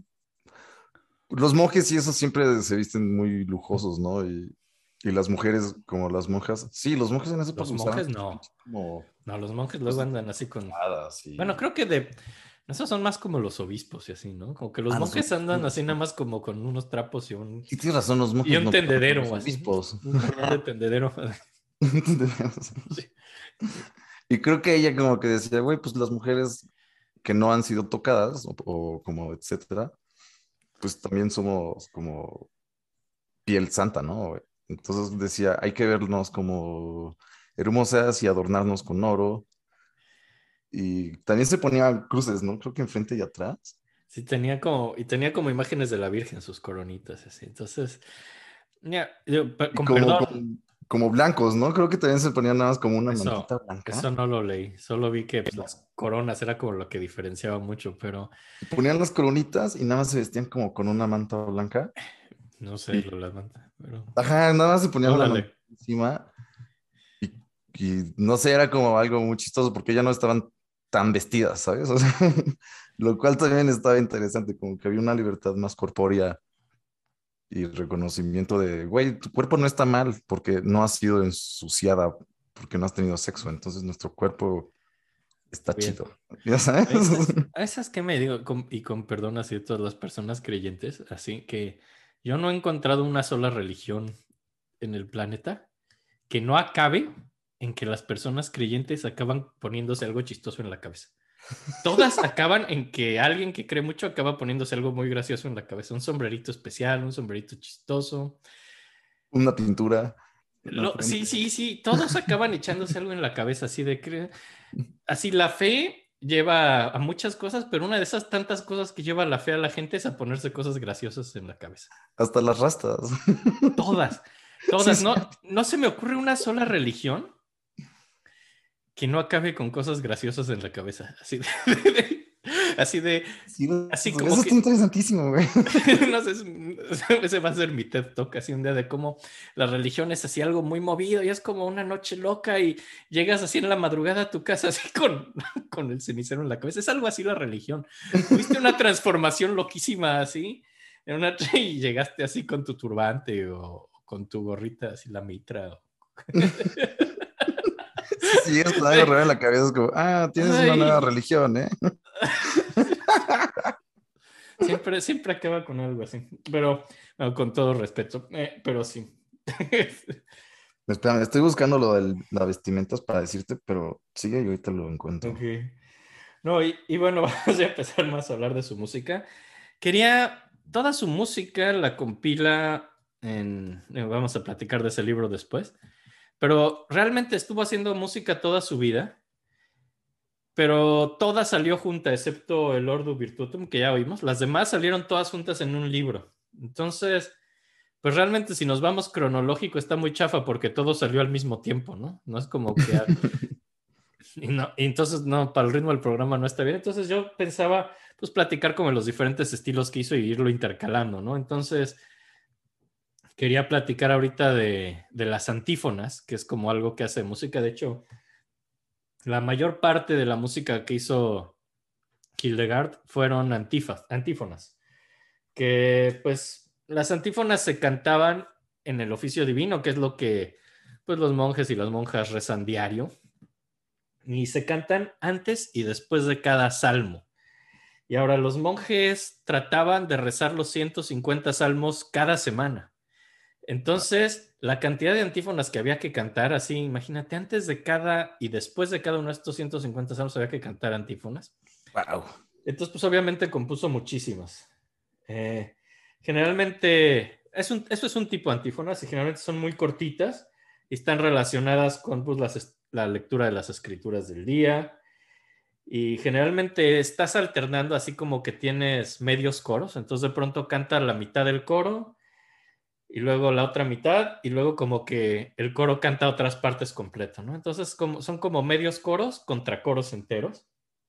los monjes y eso siempre se visten muy lujosos, ¿no? Y, y las mujeres como las monjas. Sí, los monjes en esa Los época usaban monjes no. como No, los monjes luego pues, andan así con. espadas Bueno, y... creo que de. Esos son más como los obispos y así, ¿no? Como que los Ah, los monjes obispos, andan tienes así nada razón. más como con unos trapos y un. Sí, tienes razón, los Y monjes un no, pero tendedero los o así. obispos. Un carnet de tendedero. Sí. Y creo que ella como que decía, güey, pues las mujeres que no han sido tocadas o, o como etcétera, pues también somos como piel santa, ¿no? Güey? Entonces decía, hay que vernos como hermosas y adornarnos con oro. Y también se ponía cruces, ¿no? Creo que enfrente y atrás. Sí, tenía como. Y tenía como imágenes de la Virgen, sus coronitas, así. Entonces. Ya, yo, pe- Y con como, perdón. como, como blancos, ¿no? Creo que también se ponían nada más como una Eso, mantita blanca. eso no lo leí. Solo vi que pues, las coronas era como lo que diferenciaba mucho, pero Se ponían las coronitas y nada más se vestían como con una manta blanca. no sé Y, lo levanta. Pero. ajá, nada más se ponían la manta Órale. encima. Y, y no sé, era como algo muy chistoso porque ya no estaban tan vestidas, ¿sabes? O sea, lo cual también estaba interesante, como que había una libertad más corpórea y reconocimiento de, güey, tu cuerpo no está mal porque no has sido ensuciada, porque no has tenido sexo, entonces nuestro cuerpo está Bien. chido, ¿ya sabes? A esas, a esas que me digo, con- y con perdón así de todas las personas creyentes, así que yo no he encontrado una sola religión en el planeta que no acabe en que las personas creyentes acaban poniéndose algo chistoso en la cabeza. Todas acaban en que alguien que cree mucho acaba poniéndose algo muy gracioso en la cabeza. Un sombrerito especial, un sombrerito chistoso. Una pintura en la Lo- sí, frente. sí, sí, todos acaban echándose algo en la cabeza, así de que, así la fe lleva a muchas cosas, pero una de esas tantas cosas que lleva la fe a la gente es a ponerse cosas graciosas en la cabeza. Hasta las rastas. Todas, Sí, todas. sí. No, no se me ocurre una sola religión que no acabe con cosas graciosas en la cabeza. Así de, así de, Sí, así eso como está que interesantísimo, güey. no sé, ese va a ser mi TED Talk, así un día de cómo la religión es así algo muy movido y es como una noche loca y llegas así en la madrugada a tu casa así con, con el cenicero en la cabeza. Es algo así la religión. Tuviste una transformación loquísima así en una, y llegaste así con tu turbante o con tu gorrita así la mitra. O... Sí, sí, llegas con algo raro en la cabeza, es como, ah, tienes una nueva Ay, religión, ¿eh? siempre, siempre acaba con algo así, pero no, con todo respeto, eh, pero sí. Espérame, estoy buscando lo de las vestimentas para decirte, pero sigue y ahorita lo Ok. encuentro. No, y, y bueno, vamos a empezar más a hablar de su música. Quería, toda su música la compila en, eh, vamos a platicar de ese libro después, pero realmente estuvo haciendo música toda su vida, pero toda salió junta, excepto el Ordo Virtutum, que ya oímos. Las demás salieron todas juntas en un libro. Entonces, pues realmente si nos vamos cronológico está muy chafa porque todo salió al mismo tiempo, ¿no? No es como que y, no, y entonces, no, para el ritmo del programa no está bien. Entonces yo pensaba, pues, platicar como los diferentes estilos que hizo y irlo intercalando, ¿no? Entonces, quería platicar ahorita de, de las antífonas, que es como algo que hace música. De hecho, la mayor parte de la música que hizo Hildegard fueron antifas, antífonas. que pues las antífonas se cantaban en el oficio divino, que es lo que pues los monjes y las monjas rezan diario, y se cantan antes y después de cada salmo. Y ahora los monjes trataban de rezar los ciento cincuenta salmos cada semana. Entonces, la cantidad de antífonas que había que cantar, así, imagínate, antes de cada y después de cada uno de estos ciento cincuenta salmos había que cantar antífonas. Wow. Entonces, pues obviamente compuso muchísimas. Eh, generalmente, es un, eso es un tipo de antífonas y generalmente son muy cortitas y están relacionadas con pues, las, la lectura de las escrituras del día. Y generalmente estás alternando así como que tienes medios coros, entonces de pronto canta la mitad del coro y luego la otra mitad y luego como que el coro canta otras partes completo, ¿no? Entonces como, son como medios coros contra coros enteros.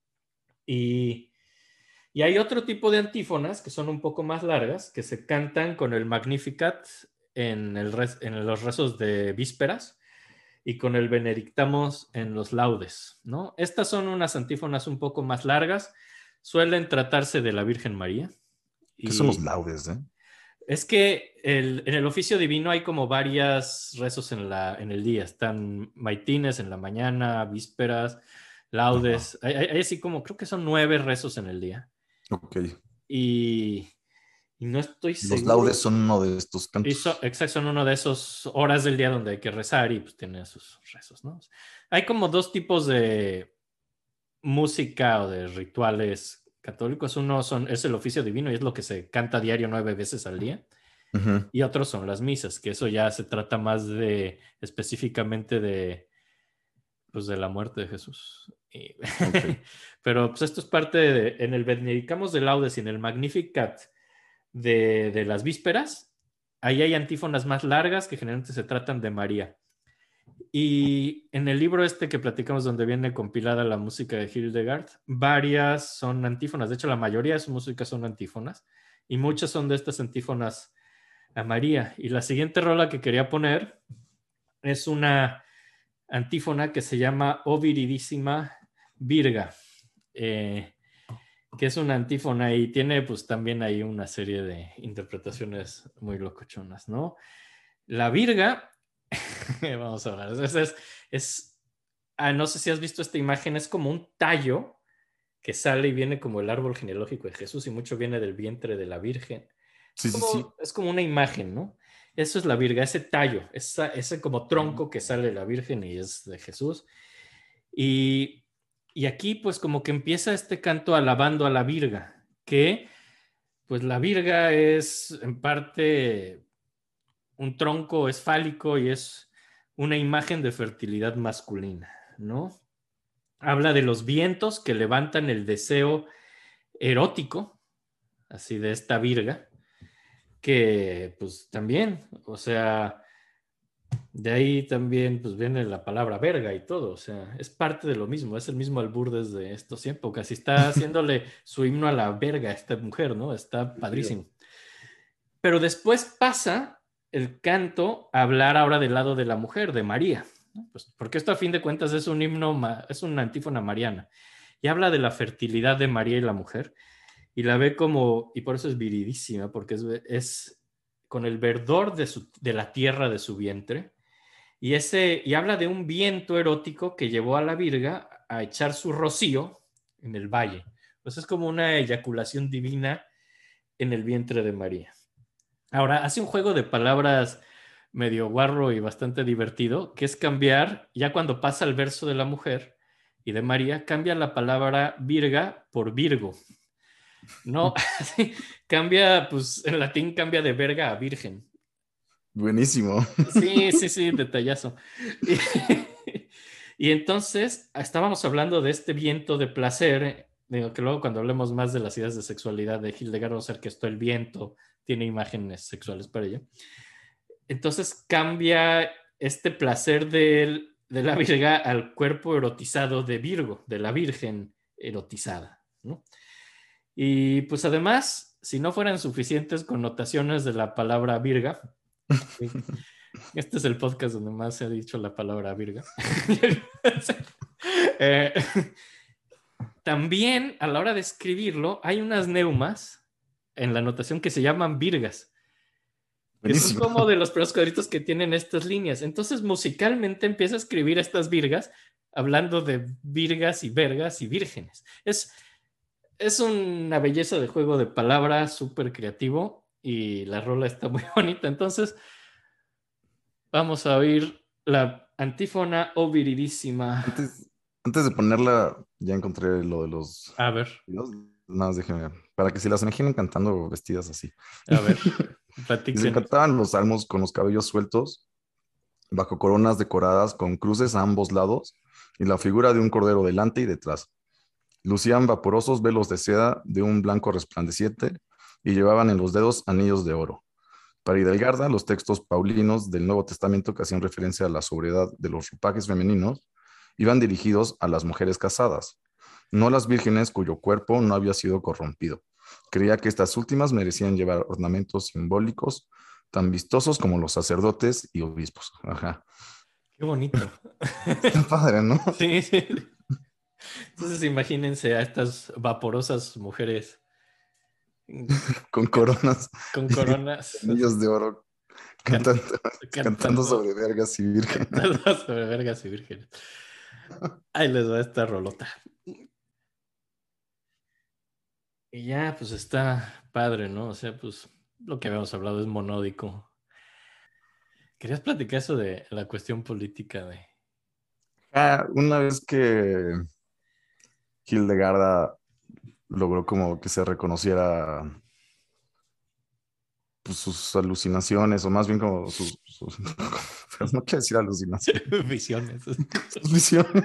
Y, y hay otro tipo de antífonas que son un poco más largas, que se cantan con el Magnificat en, el res, en los rezos de vísperas y con el Benedictamos en los laudes, ¿no? Estas son unas antífonas un poco más largas, suelen tratarse de la Virgen María. ¿Qué son los Y laudes, eh? es que el, en el oficio divino hay como varias rezos en, la, en el día. Están maitines en la mañana, vísperas, laudes. Hay, hay, hay así como, creo que son nueve rezos en el día. Ok. Y, y no estoy Los seguro. laudes son uno de estos cantos. Eso, exacto, son uno de esos horas del día donde hay que rezar y pues tiene sus rezos, ¿no? Hay como dos tipos de música o de rituales católicos. Uno son, es el oficio divino y es lo que se canta diario nueve veces al día. Uh-huh. Y otros son las misas, que eso ya se trata más de específicamente de, pues, de la muerte de Jesús. Y, Okay. pero pues esto es parte de, en el Benedicamos de Laudes y en el Magnificat de, de las vísperas, ahí hay antífonas más largas que generalmente se tratan de María. Y en el libro este que platicamos donde viene compilada la música de Hildegard, varias son antífonas. De hecho, la mayoría de su música son antífonas y muchas son de estas antífonas a María. Y la siguiente rola que quería poner es una antífona que se llama O Viridísima Virga, eh, que es una antífona y tiene pues también ahí una serie de interpretaciones muy locochonas, ¿no? La Virga, vamos a hablar, es, es, es ah, no sé si has visto esta imagen, es como un tallo que sale y viene como el árbol genealógico de Jesús y mucho viene del vientre de la Virgen. Es Sí, sí, sí. como, es como una imagen, ¿no? Eso es la Virga, ese tallo, esa, ese como tronco que sale de la Virgen y es de Jesús. Y, y aquí pues como que empieza este canto alabando a la Virga, que pues la Virga es en parte un tronco, es fálico y es una imagen de fertilidad masculina, ¿no? Habla de los vientos que levantan el deseo erótico, así de esta Virga, que pues también, o sea, de ahí también pues viene la palabra verga y todo, o sea, es parte de lo mismo, es el mismo albur desde estos épocas y está haciéndole su himno a la verga a esta mujer, ¿no? Está padrísimo. Pero después pasa el canto a hablar ahora del lado de la mujer, de María, ¿no? Pues porque esto a fin de cuentas es un himno, es una antífona mariana y habla de la fertilidad de María y la mujer y la ve como, y por eso es viridísima, porque es, es con el verdor de, su, de la tierra de su vientre. Y, ese, y habla de un viento erótico que llevó a la Virga a echar su rocío en el valle. Pues es como una eyaculación divina en el vientre de María. Ahora, hace un juego de palabras medio guarro y bastante divertido, que es cambiar, ya cuando pasa el verso de la mujer y de María, cambia la palabra virga por Virgo. No, cambia, pues en latín cambia de verga a virgen. Buenísimo. Sí, sí, sí, detallazo. Y, y entonces estábamos hablando de este viento de placer, digo que luego cuando hablemos más de las ideas de sexualidad de Hildegard vamos a ver que esto el viento tiene imágenes sexuales para ella. Entonces cambia este placer de, de la Virga al cuerpo erotizado de Virgo, de la Virgen erotizada, ¿no? Y pues además, si no fueran suficientes connotaciones de la palabra virga, este es el podcast donde más se ha dicho la palabra virga. eh, también a la hora de escribirlo hay unas neumas en la anotación que se llaman virgas, que son Buenísimo. como de los primeros cuadritos que tienen estas líneas. Entonces, musicalmente empieza a escribir estas virgas, hablando de virgas y vergas y vírgenes. Es, es una belleza de juego de palabras, súper creativo, y la rola está muy bonita. Entonces, vamos a oír la antífona o viridísima. Antes, antes de ponerla, ya encontré lo de los A ver, videos. Nada más déjenme, para que se las imaginen cantando vestidas así. a ver, Y se platíquenos. cantaban los salmos con los cabellos sueltos, bajo coronas decoradas con cruces a ambos lados y la figura de un cordero delante y detrás. Lucían vaporosos velos de seda de un blanco resplandeciente y llevaban en los dedos anillos de oro. Para Hidalgarda, los textos paulinos del Nuevo Testamento que hacían referencia a la sobriedad de los ropajes femeninos iban dirigidos a las mujeres casadas, no a las vírgenes cuyo cuerpo no había sido corrompido. Creía que estas últimas merecían llevar ornamentos simbólicos tan vistosos como los sacerdotes y obispos. Ajá. Qué bonito. Está padre, ¿no? Sí, sí. Entonces imagínense a estas vaporosas mujeres Con coronas con y coronas anillos de oro can- cantando, cantando cantando, sobre vergas y vírgenes. cantando sobre vergas y vírgenes. Ahí les va esta rolota. Y ya, pues está padre, ¿no? O sea, pues lo que habíamos hablado es monódico. ¿Querías platicar eso de la cuestión política de... Ah, una vez que Hildegarda logró como que se reconociera pues, sus alucinaciones, o más bien como sus, sus- pero no quiero decir alucinaciones, visiones? sus visiones,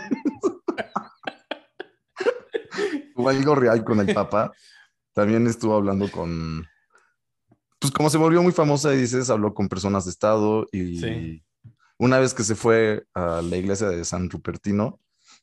o algo real con el Papa. También estuvo hablando con, pues como se volvió muy famosa, y dices, habló con personas de Estado Sí. y una vez que se fue a la iglesia de San Rupertino,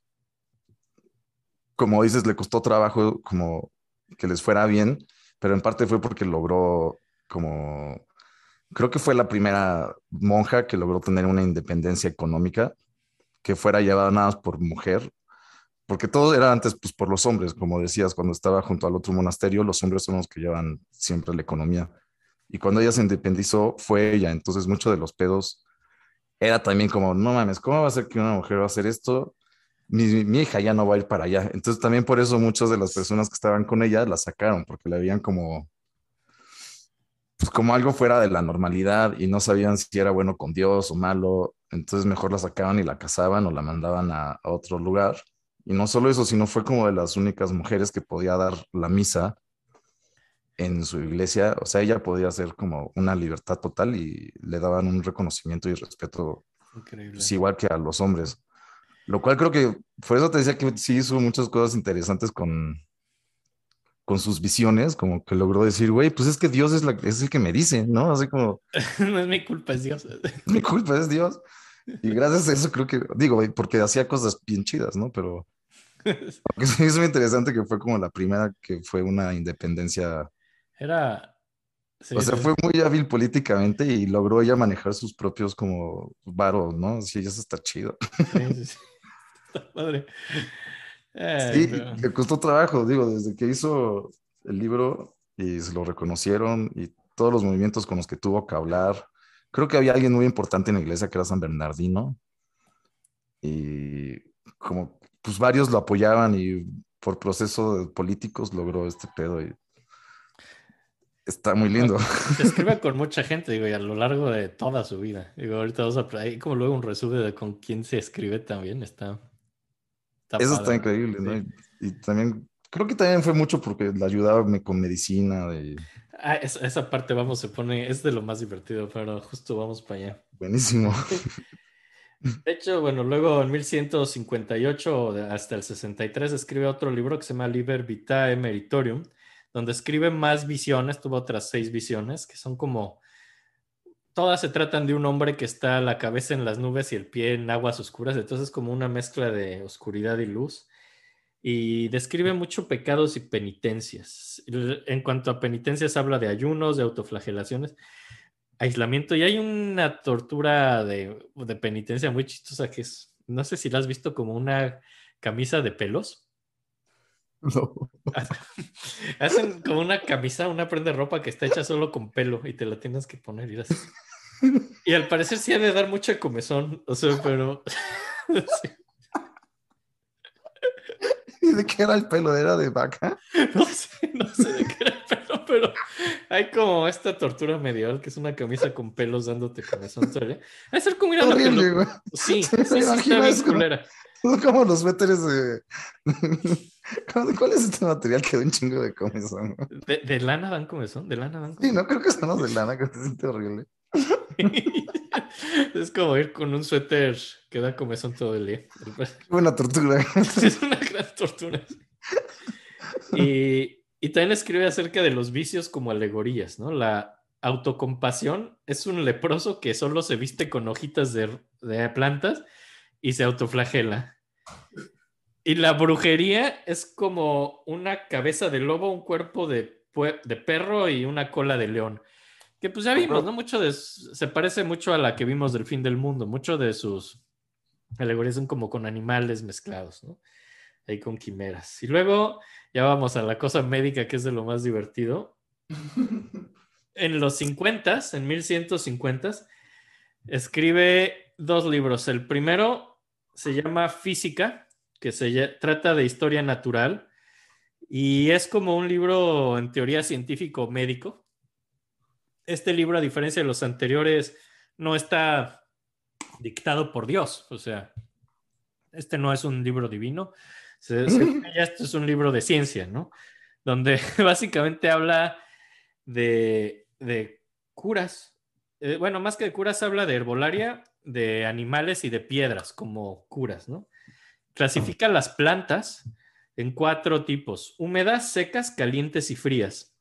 como dices, le costó trabajo como que les fuera bien, pero en parte fue porque logró como, creo que fue la primera monja que logró tener una independencia económica que fuera llevada nada más por mujer, porque todo era antes pues por los hombres, como decías, cuando estaba junto al otro monasterio, los hombres son los que llevan siempre la economía. Y cuando ella se independizó, fue ella. Entonces, muchos de los pedos era también como, no mames, ¿cómo va a ser que una mujer va a hacer esto? Mi, mi hija ya no va a ir para allá. Entonces, también por eso muchas de las personas que estaban con ella la sacaron, porque la veían como, pues, como algo fuera de la normalidad y no sabían si era bueno con Dios o malo. Entonces, mejor la sacaban y la casaban o la mandaban a, a otro lugar. Y no solo eso, sino fue como de las únicas mujeres que podía dar la misa en su iglesia. O sea, ella podía hacer como una libertad total y le daban un reconocimiento y respeto, pues, Increíble. igual que a los hombres. Lo cual creo que, por eso te decía que sí hizo muchas cosas interesantes con, con sus visiones, como que logró decir, güey, pues es que Dios es, la, es el que me dice, ¿no? Así como, No es mi culpa, es Dios. mi culpa es Dios. Y gracias a eso creo que, digo, güey, porque hacía cosas bien chidas, ¿no? Pero aunque sí es muy interesante que fue como la primera que fue una independencia. Era... O Sí, sea, sí. fue muy hábil políticamente y logró ella manejar sus propios como varos, ¿no? Sí, eso está chido. Sí, sí, sí. Está padre. Ay, Sí, pero... le costó trabajo, digo, desde que hizo el libro y se lo reconocieron y todos los movimientos con los que tuvo que hablar. Creo que había alguien muy importante en la iglesia que era San Bernardino y como pues varios lo apoyaban y por proceso de políticos logró este pedo y está muy No, lindo. se escribe con mucha gente, digo, y a lo largo de toda su vida. Digo, ahorita vamos a... Ahí como luego un resumen de con quién se escribe también. Está, está Eso está padre. increíble, ¿no? Sí. Y, y también, creo que también fue mucho porque le ayudaba me- con medicina y Ah, esa, esa parte, vamos, se pone... Es de lo más divertido, pero justo vamos para allá. buenísimo. De hecho, bueno, luego en mil ciento cincuenta y ocho de- hasta el sesenta y tres escribe otro libro que se llama Liber Vitae Meritorium, donde escribe más visiones, tuvo otras seis visiones, que son como, todas se tratan de un hombre que está la cabeza en las nubes y el pie en aguas oscuras, entonces como una mezcla de oscuridad y luz, y describe mucho pecados y penitencias. En cuanto a penitencias, habla de ayunos, de autoflagelaciones, aislamiento, y hay una tortura de, de penitencia muy chistosa que es, no sé si la has visto, como una camisa de pelos. No. Hacen como una camisa, una prenda de ropa que está hecha solo con pelo y te la tienes que poner y así. Y al parecer sí ha de dar mucha comezón, o sea, pero... sí. ¿Y de qué era el pelo? ¿Era de vaca? No sé, no sé de qué era el pelo, pero hay como esta tortura medieval que es una camisa con pelos dándote comezón. ¿Sabes? Ha de ser como ir a la Horrible, pelo. güey. Sí, Se me sí, sí, está imagino bien es como, culera. es como los suéteres de... ¿Cómo- ¿Cuál es este material que da un chingo de comezón, güey? ¿De, de lana dan comezón? ¿De lana dan Sí, comezón? no creo que son los de lana, que se siente horrible. Es como ir con un suéter que da comezón todo el día. Qué buena tortura. Es una gran tortura. Y, y también escribe acerca de los vicios como alegorías, ¿no? La autocompasión es un leproso que solo se viste con hojitas de, de plantas y se autoflagela. Y la brujería es como una cabeza de lobo, un cuerpo de, pue- de perro y una cola de león. Que pues ya vimos, ¿no? Mucho de, se parece mucho a la que vimos del fin del mundo. Mucho de sus alegorías son como con animales mezclados, ¿no? Ahí con quimeras. Y luego ya vamos a la cosa médica que es de lo más divertido. En los cincuenta, en mil ciento cincuenta, escribe dos libros. El primero se llama Física, que se ll- trata de historia natural y es como un libro en teoría científico médico. Este libro, a diferencia de los anteriores, no está dictado por Dios, o sea, este no es un libro divino, se, según ella, esto es un libro de ciencia, ¿no? Donde básicamente habla de, de curas. Eh, bueno, más que de curas, habla de herbolaria, de animales y de piedras como curas, ¿no? Clasifica las plantas en cuatro tipos: húmedas, secas, calientes y frías.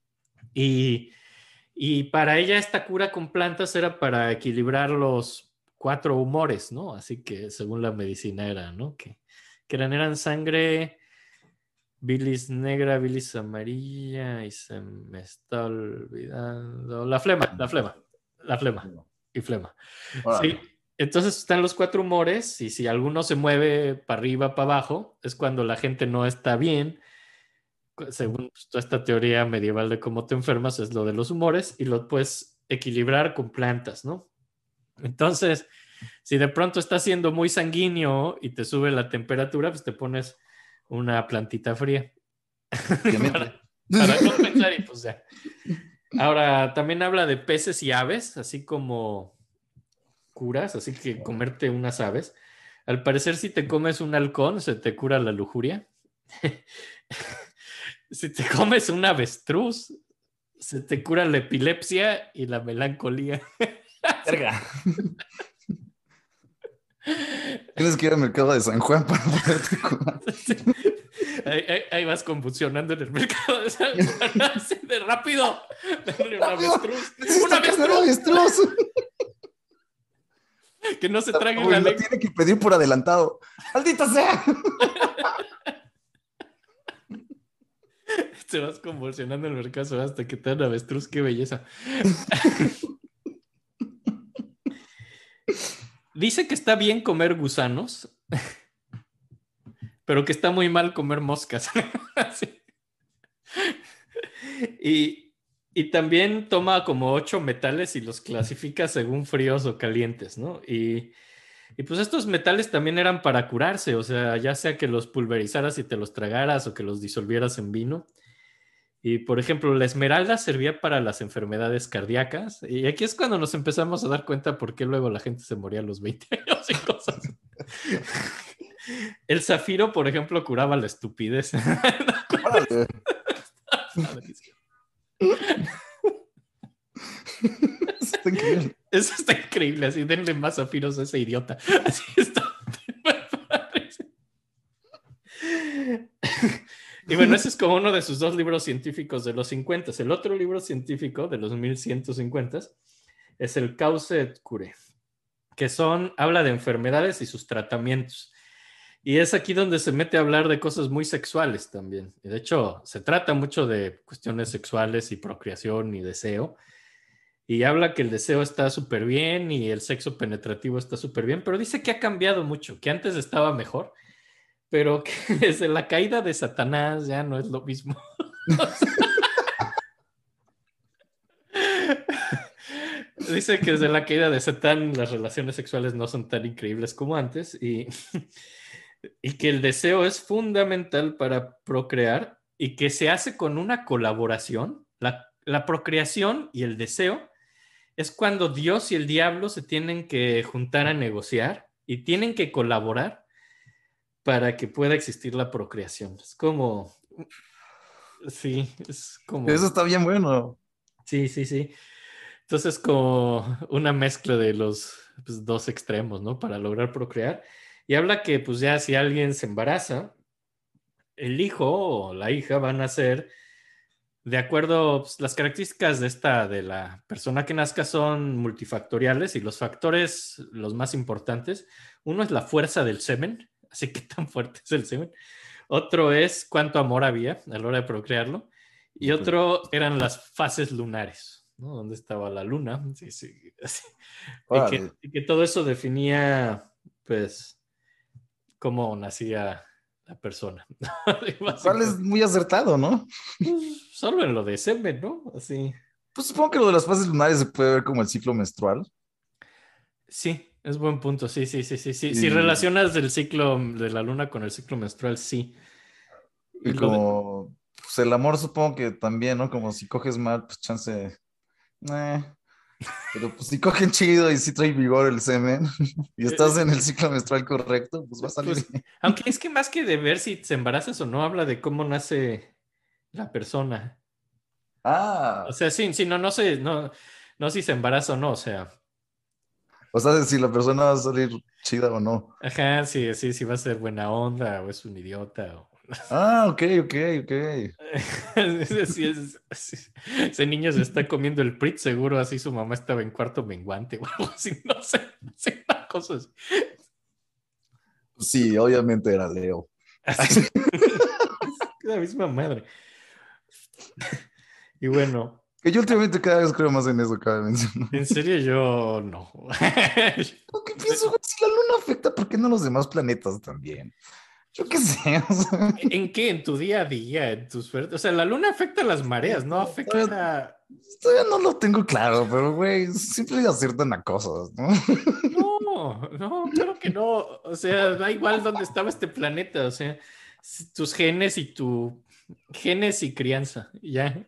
Y, y para ella esta cura con plantas era para equilibrar los cuatro humores, ¿no? Así que según la medicina era, ¿no? Que, que eran, eran sangre, bilis negra, bilis amarilla y se me está olvidando. La flema, la flema, la flema y flema. Sí, Órale. entonces están los cuatro humores y si alguno se mueve para arriba, para abajo, es cuando la gente no está bien. Según pues, toda esta teoría medieval de cómo te enfermas, es lo de los humores y lo puedes equilibrar con plantas, ¿no? Entonces, si de pronto estás siendo muy sanguíneo y te sube la temperatura, pues te pones una plantita fría Obviamente. para, para compensar y pues ya. Ahora, también habla de peces y aves, así como curas, así que comerte unas aves. Al parecer, si te comes un halcón, se te cura la lujuria. Si te comes un avestruz, se te cura la epilepsia y la melancolía. Verga. Tienes que ir al mercado de San Juan para poderte curar. Ahí, ahí- ahí vas convulsionando en el mercado de San Juan, así de rápido. Dale un ¡Rápido! avestruz. ¡Un ¡Necesito carne de avestruz! avestruz! Que no se trague la Uy, lo lengua. tiene que pedir por adelantado. ¡Maldita sea! Te vas convulsionando en el mercado hasta que te dan avestruz. ¡Qué belleza! Dice que está bien comer gusanos, pero que está muy mal comer moscas. Sí. Y, y también toma como ocho metales y los clasifica según fríos o calientes, ¿no? Y, y pues estos metales también eran para curarse, o sea, ya sea que los pulverizaras y te los tragaras o que los disolvieras en vino. Y por ejemplo, la esmeralda servía para las enfermedades cardíacas. Y aquí es cuando nos empezamos a dar cuenta por qué luego la gente se moría a los veinte años y cosas. El zafiro, por ejemplo, curaba la estupidez. Órale. Está increíble. Eso está increíble, así denle más zafiros a ese idiota. Así está. Y bueno, ese es como uno de sus dos libros científicos de los cincuenta. El otro libro científico de los mil ciento cincuenta es el Cause et Cure, que son, habla de enfermedades y sus tratamientos. Y es aquí donde se mete a hablar de cosas muy sexuales también. Y de hecho, se trata mucho de cuestiones sexuales y procreación y deseo. Y habla que el deseo está súper bien y el sexo penetrativo está súper bien, pero dice que ha cambiado mucho, que antes estaba mejor, pero que desde la caída de Satanás ya no es lo mismo. Dice que desde la caída de Satán las relaciones sexuales no son tan increíbles como antes y, y que el deseo es fundamental para procrear y que se hace con una colaboración. La, la procreación y el deseo es cuando Dios y el diablo se tienen que juntar a negociar y tienen que colaborar para que pueda existir la procreación. Es como, sí, es Eso como, está bien bueno. sí, sí, sí. Entonces, como una mezcla de los pues, dos extremos, ¿no? Para lograr procrear. Y habla que, pues ya si alguien se embaraza, el hijo o la hija van a ser, de acuerdo, pues, las características de esta, de la persona que nazca son multifactoriales y los factores, los más importantes, uno es la fuerza del semen, así que tan fuerte es el semen. Otro es cuánto amor había a la hora de procrearlo. Y Ok. otro eran las fases lunares, ¿no? ¿Dónde estaba la luna? Sí, sí, sí. Y, que, Órale. y que todo eso definía, pues, cómo nacía la persona. Lo cual es Básicamente. muy acertado, ¿no? Pues, solo en lo de semen, ¿no? Así. Pues supongo que lo de las fases lunares se puede ver como el ciclo menstrual. Sí, es buen punto. Sí, sí, sí, sí, sí. Si Y, relacionas el ciclo de la luna con el ciclo menstrual, sí. y Y lo de, como, pues el amor supongo que también, ¿no? Como si coges mal, pues chance. eh, Pero pues si cogen chido y si trae vigor el semen y estás eh, en el ciclo menstrual correcto, pues va a salir Pues, bien. aunque es que más que de ver si se embarazas o no, habla de cómo nace la persona. O Ah, sea, sí, sí, no, no sé, no, no si se embaraza o no, o sea, o sea, si la persona va a salir chida o no. ajá, sí, sí, sí va a ser buena onda o es un idiota o... Ah, ok, ok, ok. Sí, es- sí. Ese niño se está comiendo el Prit, seguro así su mamá estaba en cuarto menguante o algo así, no sé, sí, una cosa así. Sí, obviamente era Leo. Así, la misma madre. Y bueno, Que yo últimamente cada vez creo más en eso, cabe mencionar. en serio yo no. Lo que pienso, güey, si la luna afecta, ¿por qué no los demás planetas también? Yo qué sé, o sea, ¿En qué? ¿En tu día a día? ¿En tus suerte? O sea, la luna afecta a las mareas, no todavía, afecta. todavía no lo tengo claro, pero güey, siempre aciertan a cosas, ¿no? No, no, claro que no. O sea, da igual dónde estaba este planeta. O sea, s- tus genes y tu genes y crianza. y Ya.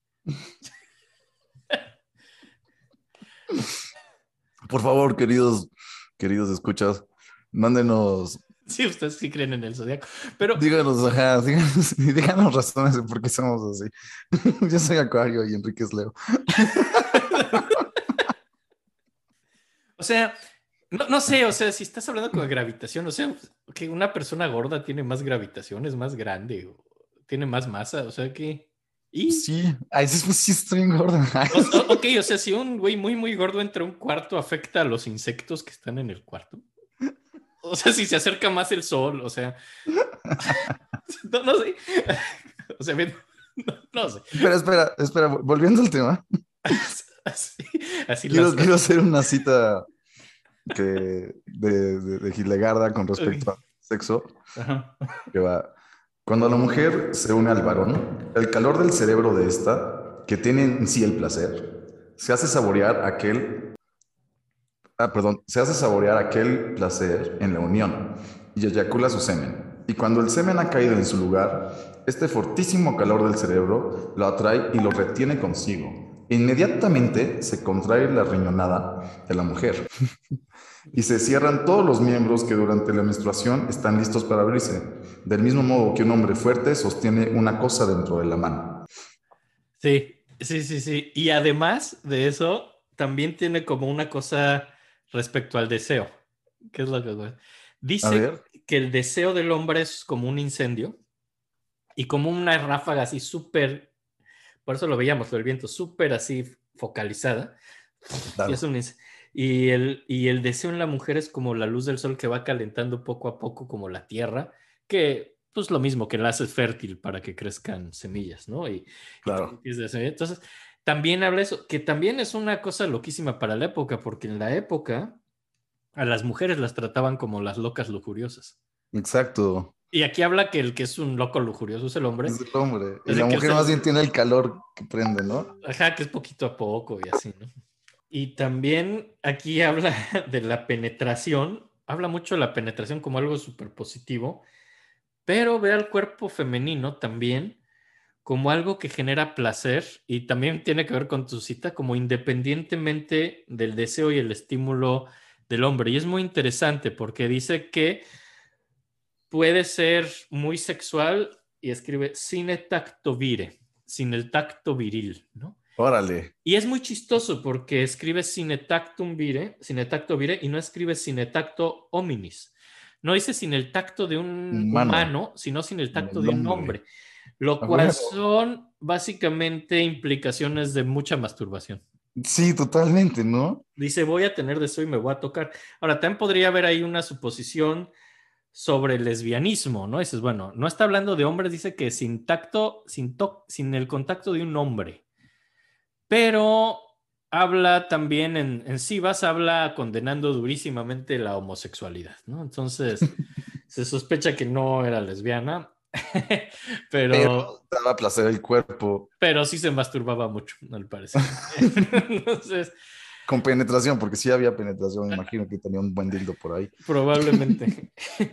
Por favor, queridos, queridos escuchas, mándenos, Sí, ustedes sí creen en el zodiaco. Pero, díganos, ajá, díganos, y díganos razones de por qué somos así. Yo soy Acuario y Enrique es Leo. o sea, no, no sé, o sea, si estás hablando con gravitación, o sea, que una persona gorda tiene más gravitación, es más grande, o tiene más masa, o sea que. ¿Y? Sí, ay, sí, pues sí estoy bien gordo. O- o- ok, o sea, si un güey muy, muy gordo entra a un cuarto, ¿afecta a los insectos que están en el cuarto? O sea, si se acerca más el sol, o sea, no, no sé. O sea, ven, no, no sé. Espera, espera, espera, volviendo al tema, Así, así quiero, las... quiero hacer una cita que, de, de, de Hildegarda con respecto al Ok. sexo, Ajá. que va, cuando la mujer se une al varón, el calor del cerebro de esta, que tiene en sí el placer, se hace saborear aquel, ah, perdón, se hace saborear aquel placer en la unión y eyacula su semen. Y cuando el semen ha caído en su lugar, este fortísimo calor del cerebro lo atrae y lo retiene consigo. Inmediatamente se contrae la riñonada de la mujer y se cierran todos los miembros que durante la menstruación están listos para abrirse, del mismo modo que un hombre fuerte sostiene una cosa dentro de la mano. Sí, sí, sí, sí. Y además de eso, también tiene como una cosa respecto al deseo. ¿Qué es lo que güey? A Dice ver, que el deseo del hombre es como un incendio y como una ráfaga así súper, por eso lo veíamos, el viento súper así focalizada. Y, es claro, un inc- y, el, y el deseo en la mujer es como la luz del sol que va calentando poco a poco como la tierra, que pues lo mismo que la hace fértil para que crezcan semillas, ¿no? Y, y tú claro. empiezas a- entonces, también habla eso, que también es una cosa loquísima para la época, porque en la época a las mujeres las trataban como las locas lujuriosas. Exacto. Y aquí habla que el que es un loco lujurioso es el hombre. Es el hombre. Y Es la el que mujer hace- más bien tiene el calor que prende, ¿no? Ajá, que es poquito a poco y así, ¿no? Y también aquí habla de la penetración, habla mucho de la penetración como algo súper positivo, pero ve al cuerpo femenino también como algo que genera placer y también tiene que ver con tu cita, como independientemente del deseo y el estímulo del hombre. Y es muy interesante porque dice que puede ser muy sexual y escribe sin el tacto vire, sin el tacto viril, ¿no? Órale. Y es muy chistoso porque escribe sine tactum vire, sine tacto vire y no escribe sine tacto hominis. No dice sin el tacto de un Humano. humano, sino sin el tacto El de un hombre. hombre, lo A cual huevo. son básicamente implicaciones de mucha masturbación. Sí, totalmente, ¿no? Dice, voy a tener deseo y me voy a tocar. Ahora, también podría haber ahí una suposición sobre el lesbianismo, ¿no? Dices, bueno, no está hablando de hombres, dice que sin tacto, sin, to sin el contacto de un hombre. Pero habla también en, en Sivas, habla condenando durísimamente la homosexualidad, ¿no? Entonces, se sospecha que no era lesbiana, Pero pero, daba placer el cuerpo pero sí se masturbaba mucho, al parecer. Entonces, con penetración, porque sí había penetración, me imagino que tenía un buen dildo por ahí. probablemente.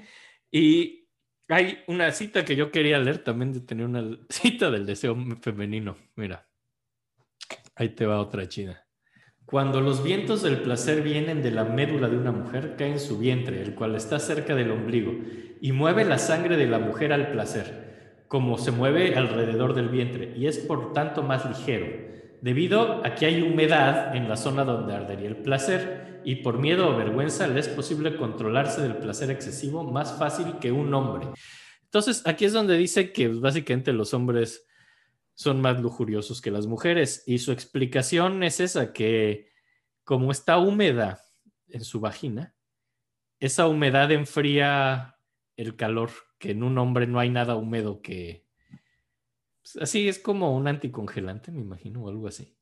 Y hay una cita que yo quería leer también, de tener una cita del deseo femenino. Mira, ahí te va otra chida. Cuando los vientos del placer vienen de la médula de una mujer, cae en su vientre, el cual está cerca del ombligo, y mueve la sangre de la mujer al placer, como se mueve alrededor del vientre, y es por tanto más ligero, debido a que hay humedad en la zona donde ardería el placer, y por miedo o vergüenza le es posible controlarse del placer excesivo más fácil que un hombre. Entonces, aquí es donde dice que pues, básicamente los hombres son más lujuriosos que las mujeres. Y su explicación es esa, que como está húmeda en su vagina, esa humedad enfría el calor, que en un hombre no hay nada húmedo que... Pues, así es como un anticongelante, me imagino, o algo así.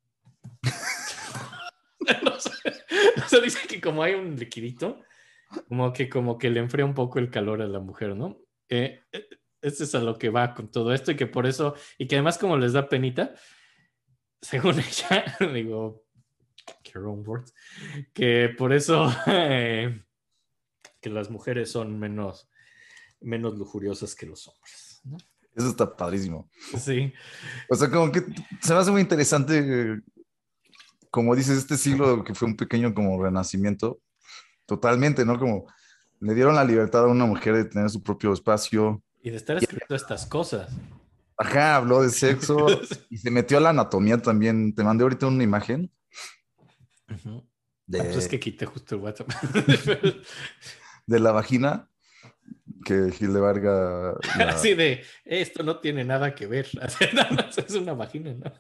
No sé. O sea, dice que como hay un liquidito, como que, como que le enfría un poco el calor a la mujer, ¿no? Eh, eh, este es a lo que va con todo esto y que por eso, y que además como les da penita, según ella, digo, que wrong words, que por eso eh, que las mujeres son menos, menos lujuriosas que los hombres, ¿no? Eso está padrísimo. Sí. O sea, como que se me hace muy interesante, eh, como dices, este siglo que fue un pequeño como renacimiento, totalmente, ¿no? Como le dieron la libertad a una mujer de tener su propio espacio. Y de estar escribiendo estas cosas. Ajá, habló de sexo y se metió a la anatomía también. Te mandé ahorita una imagen Uh-huh. Ah, pues es de, que quité justo el WhatsApp. de la vagina que Hildebarga la... Así de, esto no tiene nada que ver. Nada más es una vagina, ¿no?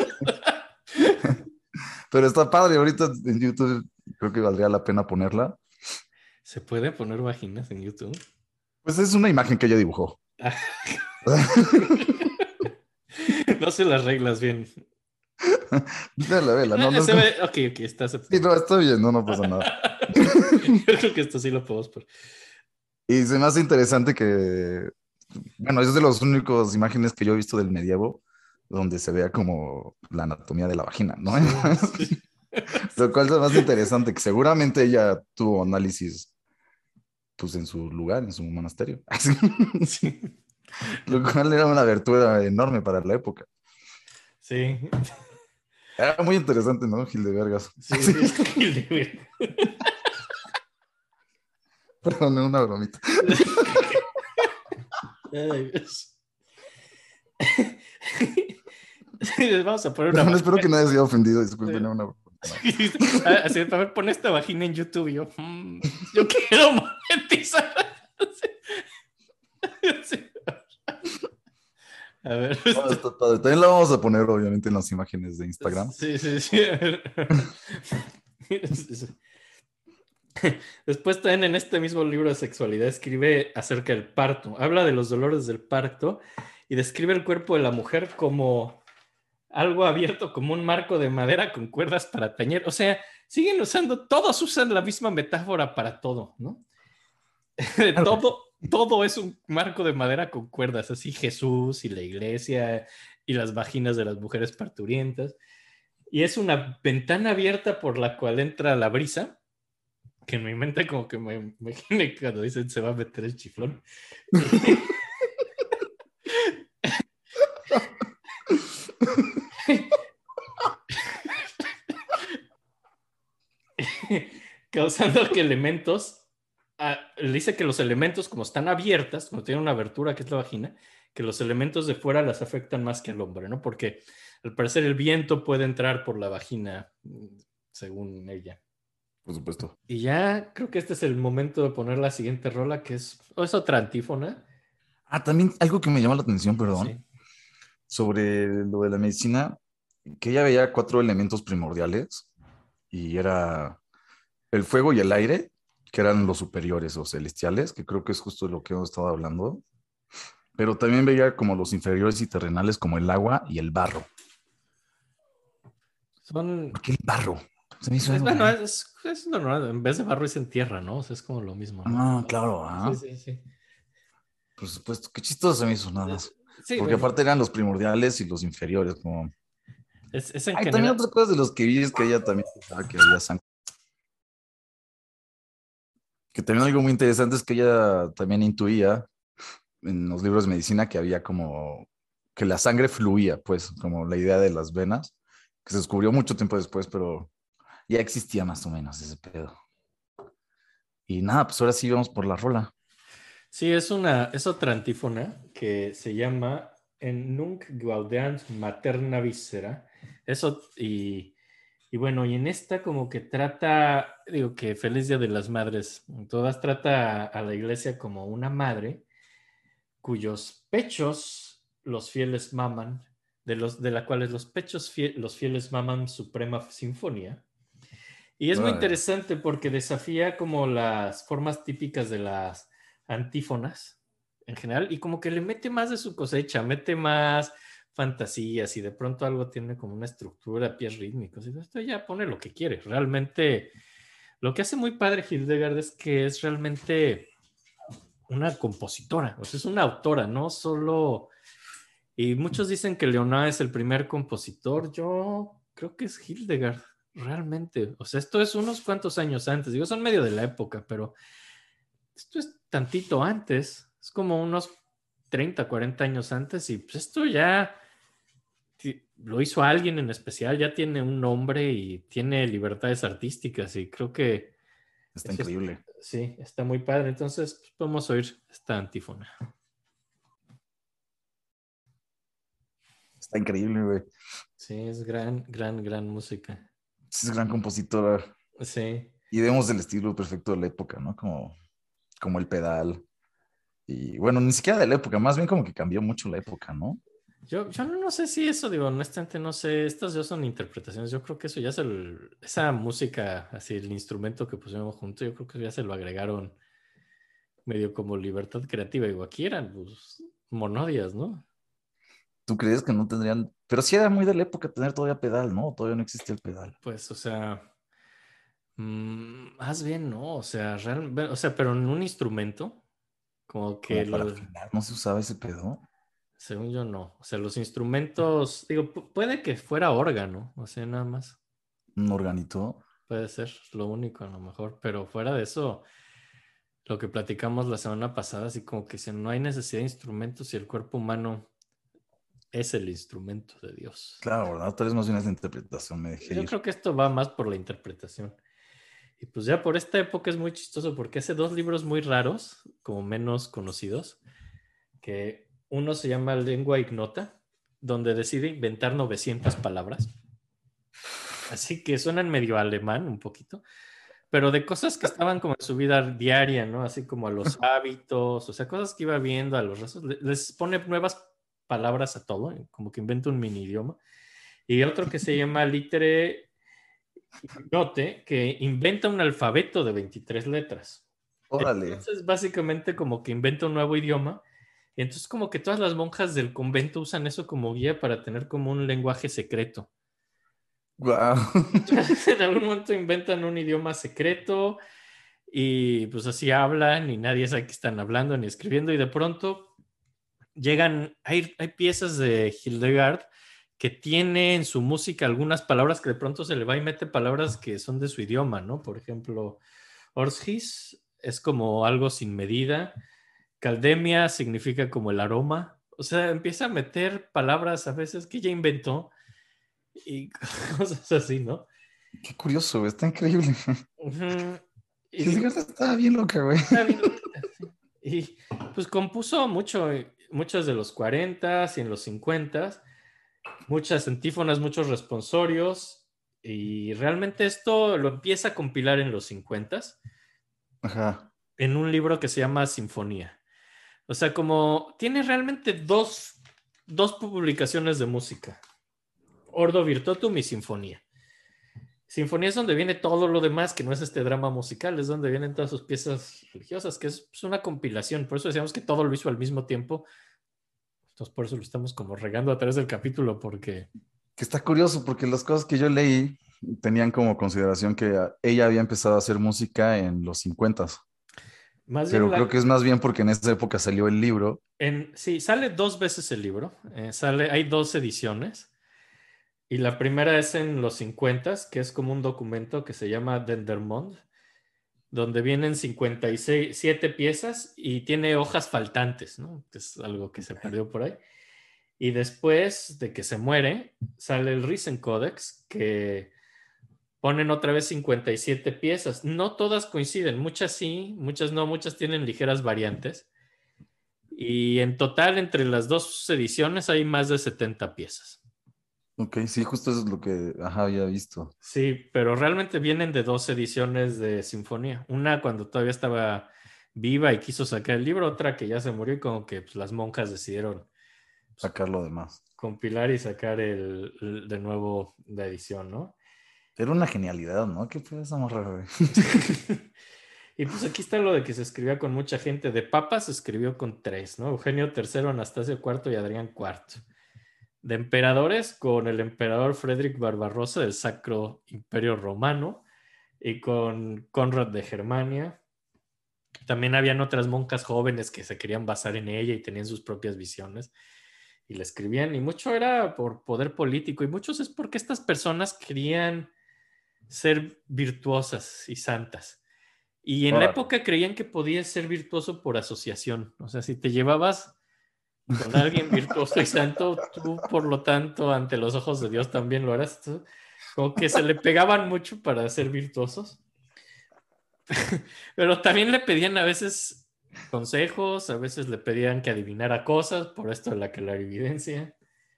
Pero está padre, ahorita en YouTube creo que valdría la pena ponerla. ¿Se puede poner vaginas en YouTube? Pues es una imagen que ella dibujó. No sé las reglas bien. Vela, vela, no, no Ah, es se como... ve, ok, ok, está Sí, aceptado. no, está bien, no, no pasa nada. Yo creo que esto sí lo podemos poner. Y se me hace interesante que, bueno, es de las únicas imágenes que yo he visto del medievo donde se vea como la anatomía de la vagina, ¿no? Sí, sí. Lo cual es más interesante, que seguramente ella tuvo análisis pues en su lugar, en su monasterio. Sí. Lo cual era una abertura enorme para la época. Sí, Era muy interesante, ¿no? Hildebergas. sí, sí, es Hildeberg. Perdón, una bromita. Ay, Dios. Sí, vamos a poner una Perdón, espero vagina. que nadie se haya ofendido. Disculpen, una bromita. Así, a ver, pon esta vagina en YouTube y yo, mm, yo quiero monetizar. Sí. A ver, No, este, está padre. También la vamos a poner, obviamente, en las imágenes de Instagram. sí, sí, sí. A ver. Después también en este mismo libro de sexualidad escribe acerca del parto. Habla de los dolores del parto y describe el cuerpo de la mujer como algo abierto, como un marco de madera con cuerdas para tañer. O sea, siguen usando, todos usan la misma metáfora para todo, ¿no? todo, todo es un marco de madera con cuerdas, así Jesús y la iglesia y las vaginas de las mujeres parturientas. Y es una ventana abierta por la cual entra la brisa, que en mi mente como que me imaginé cuando dicen se va a meter el chiflón. Causando que elementos, ah, le dice que los elementos como están abiertas, como tienen una abertura que es la vagina, que los elementos de fuera las afectan más que al hombre, ¿no? Porque al parecer el viento puede entrar por la vagina, según ella. Por supuesto. Y ya creo que este es el momento de poner la siguiente rola, que es, oh, es otra antífona. Ah, también algo que me llama la atención, perdón, Sí. sobre lo de la medicina, que ella veía cuatro elementos primordiales y era el fuego y el aire, que eran los superiores o celestiales, que creo que es justo lo que hemos estado hablando, pero también veía como los inferiores y terrenales como el agua y el barro. Son, ¿Por qué el barro? Se me hizo es, algo bueno, raro. es, es normal, en vez de barro es en tierra, ¿no? O sea, es como lo mismo, ¿no? Ah, claro, Sí, ah. sí, sí. Por supuesto, qué chistoso se me hizo nada Eh, más. Sí, Porque bueno, aparte eran los primordiales y los inferiores, como... es, es en Hay también general. otras cosas de los que vi es que ella también pensaba que había sangre. Que también algo muy interesante es que ella también intuía en los libros de medicina que había como que la sangre fluía, pues, como la idea de las venas, que se descubrió mucho tiempo después, pero ya existía más o menos ese pedo. Y nada, pues ahora sí vamos por la rola. Sí, es una, es otra antífona que se llama En nunc gaudeant materna viscera. Eso, y, y bueno, y en esta como que trata, digo que feliz Día de las Madres, en todas trata a la iglesia como una madre cuyos pechos los fieles maman, de, los, de la cuales los pechos fie- los fieles maman suprema sinfonía. Y es muy Órale. interesante porque desafía como las formas típicas de las antífonas en general y como que le mete más de su cosecha, mete más fantasías y de pronto algo tiene como una estructura, pies rítmicos. Y esto ya pone lo que quiere. Realmente lo que hace muy padre Hildegard es que es realmente una compositora, o sea, es una autora, no solo... Y muchos dicen que Leonard es el primer compositor. Yo creo que es Hildegard, realmente. O sea, esto es unos cuantos años antes. Digo, son medio de la época, pero esto es tantito antes. Es como unos treinta, cuarenta años antes. Y pues esto ya lo hizo alguien en especial, ya tiene un nombre y tiene libertades artísticas. Y creo que Está eso es, increíble. sí, está muy padre. Entonces, pues, vamos a oír esta antífona. Está increíble, güey. Sí, es gran, gran, gran música. Sí, es gran compositora. Sí. Y vemos el estilo perfecto de la época, ¿no? Como, como el pedal. Y bueno, ni siquiera de la época, más bien como que cambió mucho la época, ¿no? Yo, yo no, no sé si eso, digo, honestamente no sé, estas ya son interpretaciones, yo creo que eso ya es el, esa música, así el instrumento que pusimos junto, yo creo que ya se lo agregaron medio como libertad creativa, digo, aquí eran pues, monodias, ¿no? ¿Tú crees que no tendrían? Pero sí era muy de la época tener todavía pedal, ¿no? Todavía no existía el pedal. Pues, o sea, mm, más bien no, o sea, real, o sea, pero en un instrumento, como que Como para lo, afinar, no se usaba ese pedo. según yo no, o sea, los instrumentos, digo, pu- puede que fuera órgano, o sea, nada más, Un organito. puede ser lo único a lo mejor, pero fuera de eso. Lo que platicamos la semana pasada, así como que si no hay necesidad de instrumentos y el cuerpo humano es el instrumento de Dios. Claro, ¿verdad? Tal vez más bien es la interpretación, me dejé Yo ir. creo que esto va más por la interpretación. Y pues ya por esta época es muy chistoso porque hace dos libros muy raros, como menos conocidos, que uno se llama Lengua Ignota, donde decide inventar novecientas palabras. Así que suenan medio alemán un poquito, pero de cosas que estaban como en su vida diaria, ¿no? Así como a los hábitos, o sea, cosas que iba viendo a los rasgos, les pone nuevas palabras a todo, como que inventa un mini idioma. Y otro que se llama Litere Note, que inventa un alfabeto de veintitrés letras. Órale. Entonces, básicamente como que inventa un nuevo idioma. Y entonces como que todas las monjas del convento usan eso como guía para tener como un lenguaje secreto. Guau. Entonces, en algún momento inventan un idioma secreto Y pues así hablan y nadie sabe qué están hablando ni escribiendo y de pronto llegan, hay, hay piezas de Hildegard que tiene en su música algunas palabras que de pronto se le va y mete palabras que son de su idioma, ¿no? Por ejemplo, Orshis es como algo sin medida, Caldemia significa como el aroma, o sea, empieza a meter palabras a veces que ella inventó y cosas así, ¿no? Qué curioso, güey, está increíble. Ujú. Y digo, Gilberto estaba bien loca, güey. está bien loquita, sí. Y pues compuso mucho, muchos de los cuarenta y en los cincuenta, muchas antífonas, muchos responsorios, y realmente esto lo empieza a compilar en los cincuenta Ajá. en un libro que se llama Sinfonía. O sea, como tiene realmente dos, dos publicaciones de música, Ordo Virtuotum y Sinfonía. Sinfonía es donde viene todo lo demás, que no es este drama musical, es donde vienen todas sus piezas religiosas, que es pues, una compilación. Por eso decíamos que todo lo hizo al mismo tiempo. Entonces, por eso lo estamos como regando a través del capítulo, porque Que está curioso porque las cosas que yo leí tenían como consideración que ah, ella había empezado a hacer música en los cincuenta, más bien pero creo la, que es más bien porque en esa época salió el libro. en, sí, sale dos veces el libro. Eh, sale, hay dos ediciones. Y la primera es en los cincuenta, que es como un documento que se llama Dendermonde, donde vienen cincuenta y siete piezas y tiene hojas faltantes, ¿no? Que es algo que se perdió por ahí. Y después de que se muere, sale el Riesencodex, que ponen otra vez cincuenta y siete piezas. No todas coinciden, muchas sí, muchas no, muchas tienen ligeras variantes. Y en total, entre las dos ediciones, hay más de setenta piezas. Ok, sí, justo eso es lo que ajá, había visto. Sí, pero realmente vienen de dos ediciones de Sinfonía. Una cuando todavía estaba viva y quiso sacar el libro, otra que ya se murió y como que pues, las monjas decidieron pues, Sacar lo demás. compilar y sacar el, el- de nuevo la edición, ¿no? Era una genialidad, ¿no? ¿Qué fue esa morra, güey? Y pues aquí está lo de que se escribía con mucha gente. De papas se escribió con tres, ¿no? Eugenio tercero, Anastasio cuarto y Adrián cuarto. De emperadores con el emperador Frederick Barbarossa del Sacro Imperio Romano y con Conrad de Germania. También habían otras monjas jóvenes que se querían basar en ella y tenían sus propias visiones y la escribían. Y mucho era por poder político y muchos es porque estas personas querían ser virtuosas y santas. Y en la Órale. época creían que podías ser virtuoso por asociación. O sea, si te llevabas con alguien virtuoso y santo, tú por lo tanto ante los ojos de Dios también lo eras. Tú, como que se le pegaban mucho para ser virtuosos, pero también le pedían a veces consejos, a veces le pedían que adivinara cosas, por esto de la clarividencia.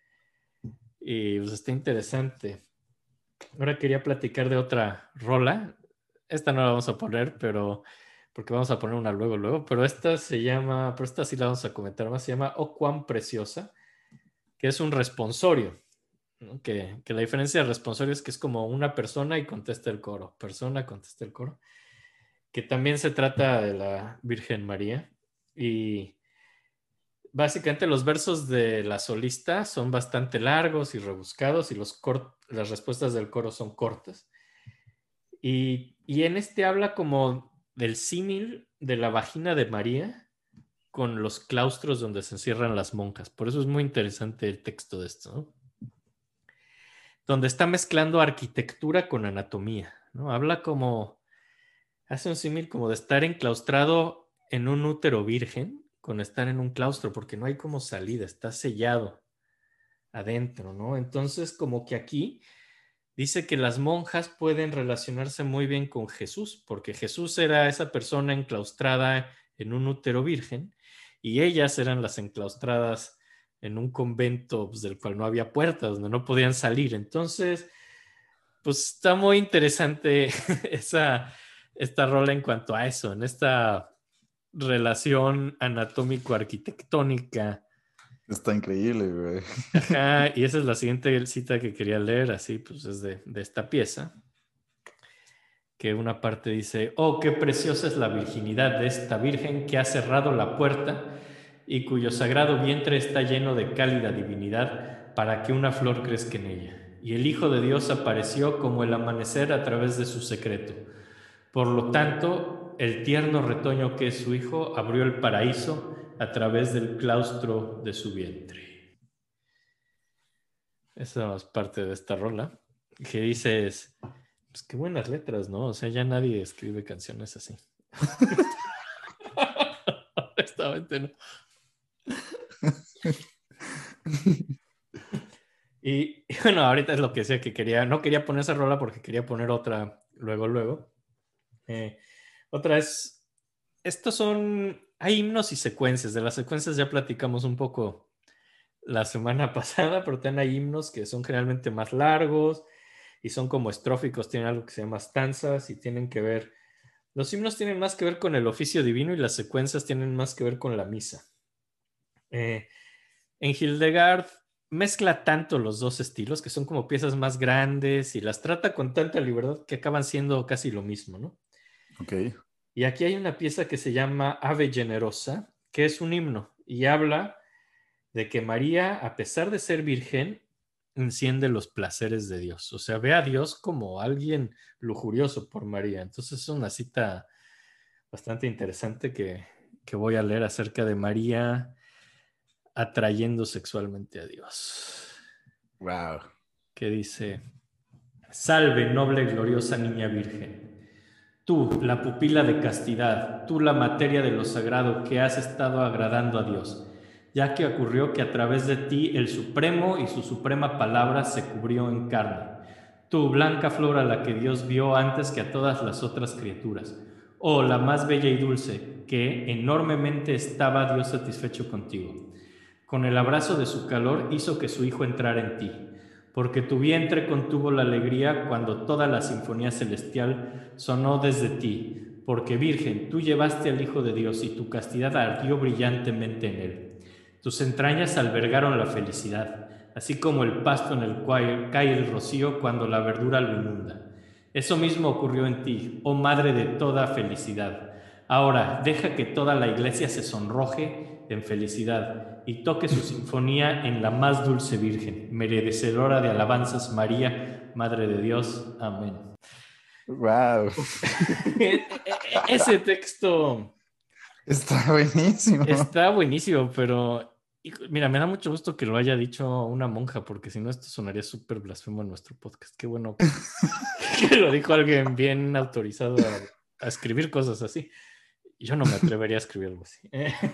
Y pues está interesante. Ahora quería platicar de otra rola. Esta no la vamos a poner, pero porque vamos a poner una luego, luego. Pero esta se llama, pero esta sí la vamos a comentar más. Se llama Oh, cuán preciosa, que es un responsorio, ¿no? Que, que la diferencia de responsorio es que es como una persona y contesta el coro. Persona contesta el coro. Que también se trata de la Virgen María. Y básicamente los versos de la solista son bastante largos y rebuscados y los las respuestas del coro son cortas. Y, y en este habla como del símil de la vagina de María con los claustros donde se encierran las monjas. Por eso es muy interesante el texto de esto, ¿no? Donde está mezclando arquitectura con anatomía, ¿no? Habla como, hace un símil como de estar enclaustrado en un útero virgen con estar en un claustro, porque no hay como salida, está sellado adentro, ¿no? Entonces, como que aquí dice que las monjas pueden relacionarse muy bien con Jesús, porque Jesús era esa persona enclaustrada en un útero virgen y ellas eran las enclaustradas en un convento pues, del cual no había puertas, donde no podían salir. Entonces, pues está muy interesante esa, esta rola en cuanto a eso, en esta relación anatómico-arquitectónica. Está increíble, güey. Ajá, y esa es la siguiente cita que quería leer, así pues es de, de esta pieza, que una parte dice, oh, qué preciosa es la virginidad de esta virgen que ha cerrado la puerta y cuyo sagrado vientre está lleno de cálida divinidad para que una flor crezca en ella. Y el Hijo de Dios apareció como el amanecer a través de su secreto. Por lo tanto, luego el tierno retoño que es su hijo abrió el paraíso a través del claustro de su vientre. Esa es parte de esta rola. Que dices, pues qué buenas letras, ¿no? O sea, ya nadie escribe canciones así. Honestamente, no. Y, y bueno, ahorita es lo que decía que quería, no quería poner esa rola porque quería poner otra luego, luego. Eh, otra es, estos son, hay himnos y secuencias. De las secuencias ya platicamos un poco la semana pasada, pero también hay himnos que son generalmente más largos y son como estróficos, tienen algo que se llama stanzas y tienen que ver, los himnos tienen más que ver con el oficio divino y las secuencias tienen más que ver con la misa. Eh, en Hildegard mezcla tanto los dos estilos que son como piezas más grandes y las trata con tanta libertad que acaban siendo casi lo mismo, ¿no? Ok. Y aquí hay una pieza que se llama Ave Generosa, que es un himno y habla de que María, a pesar de ser virgen, enciende los placeres de Dios. O sea, ve a Dios como alguien lujurioso por María. Entonces es una cita bastante interesante que, que voy a leer acerca de María atrayendo sexualmente a Dios. Wow. Que dice, salve, noble y gloriosa niña virgen. Tú, la pupila de castidad, tú la materia de lo sagrado que has estado agradando a Dios, ya que ocurrió que a través de ti el Supremo y su suprema palabra se cubrió en carne. Tú, blanca flor a la que Dios vio antes que a todas las otras criaturas. Oh, la más bella y dulce, que enormemente estaba Dios satisfecho contigo. Con el abrazo de su calor hizo que su hijo entrara en ti, porque tu vientre contuvo la alegría cuando toda la sinfonía celestial sonó desde ti, porque Virgen, tú llevaste al Hijo de Dios y tu castidad ardió brillantemente en él. Tus entrañas albergaron la felicidad, así como el pasto en el cual cae el rocío cuando la verdura lo inunda. Eso mismo ocurrió en ti, oh Madre de toda felicidad. Ahora, deja que toda la iglesia se sonroje en felicidad y toque su sinfonía en la más dulce Virgen, merecedora de alabanzas María, Madre de Dios. Amén. Wow. Ese texto Está buenísimo. está buenísimo, pero mira, me da mucho gusto que lo haya dicho una monja, porque si no, esto sonaría súper blasfemo en nuestro podcast. Qué bueno que lo dijo alguien bien autorizado a, a escribir cosas así. Yo no me atrevería a escribir algo así.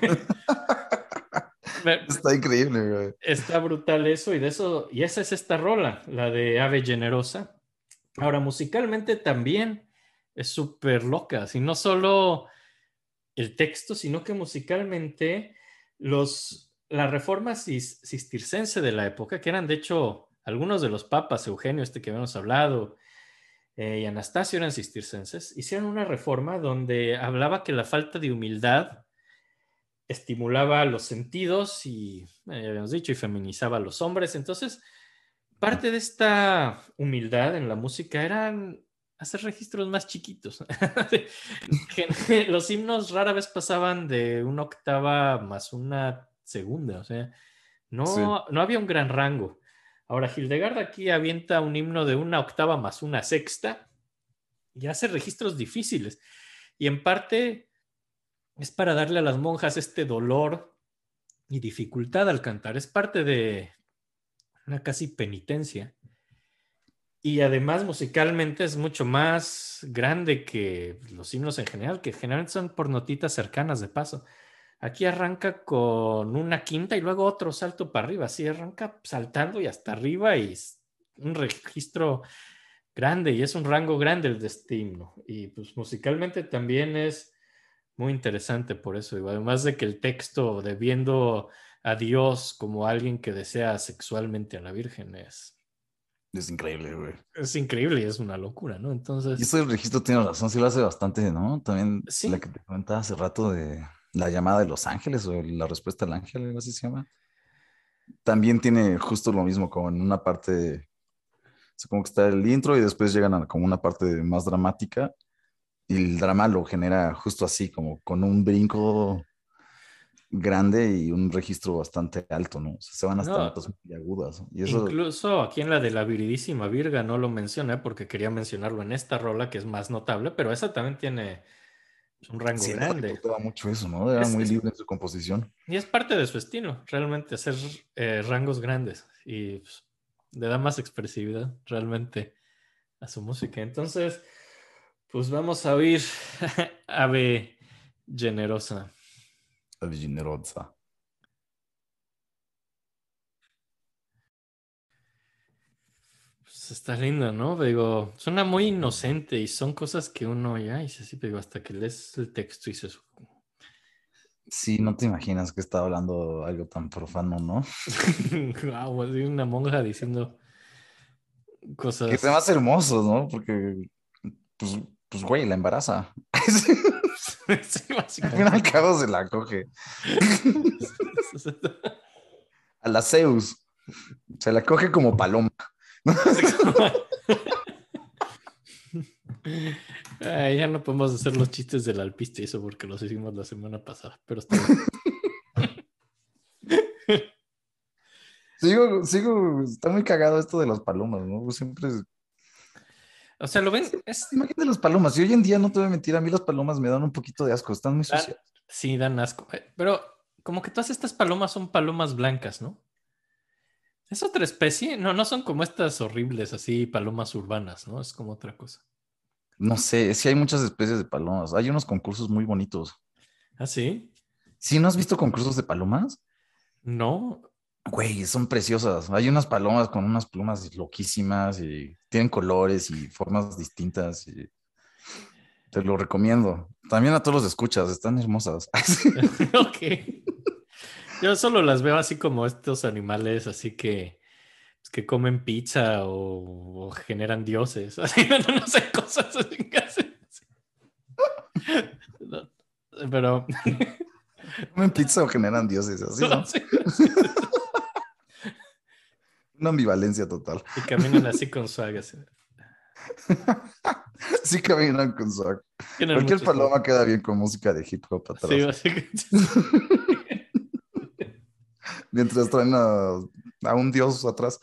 Está increíble, güey. Está brutal eso y de eso, y esa es esta rola, la de Ave Generosa. Ahora, musicalmente también es súper loca, si no solo el texto, sino que musicalmente los, la reforma cis, cistercense de la época, que eran de hecho algunos de los papas, Eugenio, este que habíamos hablado, eh, y Anastasio eran cistercenses, hicieron una reforma donde hablaba que la falta de humildad estimulaba los sentidos y, eh, ya habíamos dicho, y feminizaba a los hombres. Entonces, parte de esta humildad en la música eran hacer registros más chiquitos. Los himnos rara vez pasaban de una octava más una segunda, o sea, Sí. no, no había un gran rango. Ahora, Hildegard aquí avienta un himno de una octava más una sexta y hace registros difíciles. Y en parte es para darle a las monjas este dolor y dificultad al cantar. Es parte de una casi penitencia. Y además musicalmente es mucho más grande que los himnos en general, que generalmente son por notitas cercanas de paso. Aquí arranca con una quinta y luego otro salto para arriba. Así arranca saltando y hasta arriba y un registro grande y es un rango grande el de este himno. Y pues musicalmente también es muy interesante por eso. Y además de que el texto de viendo a Dios como alguien que desea sexualmente a la Virgen es, Es increíble, güey. es increíble y es una locura, ¿no? Y Entonces, eso del registro tiene razón, sí lo hace bastante, ¿no? También la sí, que te comentaba hace rato de la llamada de los ángeles o la respuesta del ángel, algo así se llama. También tiene justo lo mismo, como en una parte, o sea, como que está el intro y después llegan a como una parte más dramática y el drama lo genera justo así, como con un brinco grande y un registro bastante alto, ¿no? O sea, se van hasta no, notas muy agudas, ¿no? Y eso, incluso aquí en la de la Viridísima Virga no lo mencioné porque quería mencionarlo en esta rola que es más notable, pero esa también tiene Es un rango Sí, no le grande. importaba mucho eso, ¿no? Era Es, muy es- libre en su composición. y es parte de su estilo, realmente, hacer eh, rangos grandes. Y pues, le da más expresividad realmente a su música. Entonces, pues vamos a oír Ave Generosa. El Generosa. Pues está linda, ¿no? Digo, suena muy inocente y son cosas que uno ya dice así, pero hasta que lees el texto y dices, Sí, no te imaginas que estaba hablando algo tan profano, ¿no? wow, así una monja diciendo Que es cosas. más hermoso, ¿no? Porque, pues, pues, güey, la embaraza. Sí, Al fin y al básicamente. cabo se la coge. A la Zeus. Se la coge como paloma. Ay, ya no podemos hacer los chistes del alpiste y eso porque los hicimos la semana pasada, pero está bien. Sigo, sigo, está muy cagado esto de las palomas, ¿no? Siempre, O sea, lo ven, siempre es, la imagen de las palomas. Y hoy en día, no te voy a mentir, a mí las palomas me dan un poquito de asco, están muy dan, sucias. sí, dan asco. Eh, Pero como que todas estas palomas son palomas blancas, ¿no? ¿Es otra especie? No, no son como estas horribles así palomas urbanas, ¿no? Es como otra cosa. No sé, sí hay muchas especies de palomas. Hay unos concursos muy bonitos. ¿Ah, sí? ¿Sí no has visto concursos de palomas? No. Güey, son preciosas. Hay unas palomas con unas plumas loquísimas y tienen colores y formas distintas y te lo recomiendo. También a todos los escuchas, están hermosas. Ok. Yo solo las veo así como estos animales, así que, pues, que comen pizza o, o generan dioses. Así, no, no sé, cosas así que hacen. No, pero, Comen pizza o generan dioses, así no, son. sí, sí, sí, sí. Una ambivalencia total. Y caminan así con swag. Así. Sí caminan con swag. Tienen Cualquier mucho swag. paloma queda bien con música de hip hop Sí, atrás. básicamente sí. Mientras traen a, a un dios atrás.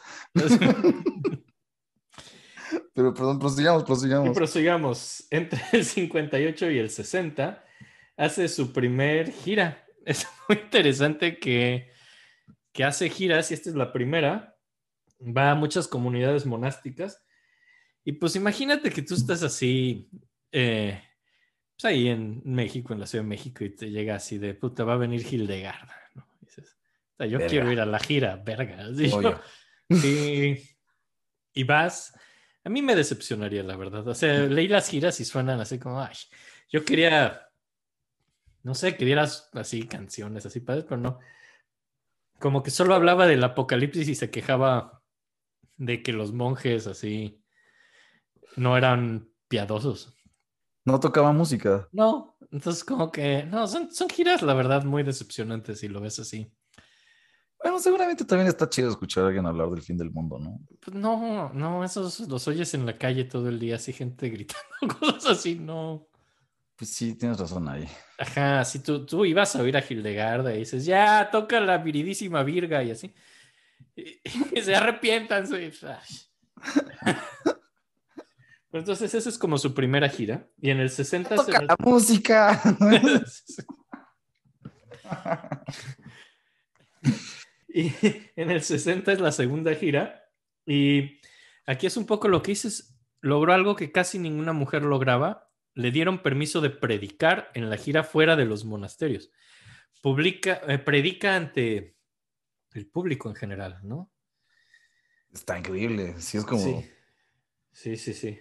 Pero perdón, prosigamos, Y prosigamos. prosigamos. Entre el cincuenta y ocho y el sesenta hace su primer gira. Es muy interesante que, que hace giras, y esta es la primera. Va a muchas comunidades monásticas. Y pues imagínate que tú estás así, eh, pues ahí en México, en la Ciudad de México, y te llega así de puta, va a venir Hildegarda, ¿no? Y dices, o sea, yo quiero ir Verga, a la gira, verga. Así yo, obvio. y, y vas. A mí me decepcionaría, la verdad. O sea, leí las giras y suenan así como, ay, yo quería, no sé, quería así canciones así padres, pero no. Como que solo hablaba del apocalipsis y se quejaba de que los monjes así no eran piadosos. No tocaba música. No, entonces como que, no, son, son giras, la verdad, muy decepcionantes si lo ves así. Bueno, seguramente también está chido escuchar a alguien hablar del fin del mundo, ¿no? Pues no, no, esos los oyes en la calle todo el día, así gente gritando, cosas así, no. Pues sí, tienes razón ahí. Ajá, si tú, tú ibas a oír a Hildegarda y dices, ya, toca la viridísima virga y así. Y, y se arrepientan. Soy, pues entonces esa es como su primera gira. Y en el sesenta se... Toca la música. Y en el sesenta es la segunda gira. Y aquí es un poco lo que dices. Logró algo que casi ninguna mujer lograba. Le dieron permiso de predicar en la gira fuera de los monasterios. Publica, eh, predica ante el público en general, ¿no? Está increíble. Sí, es Sí, como. sí, sí, sí.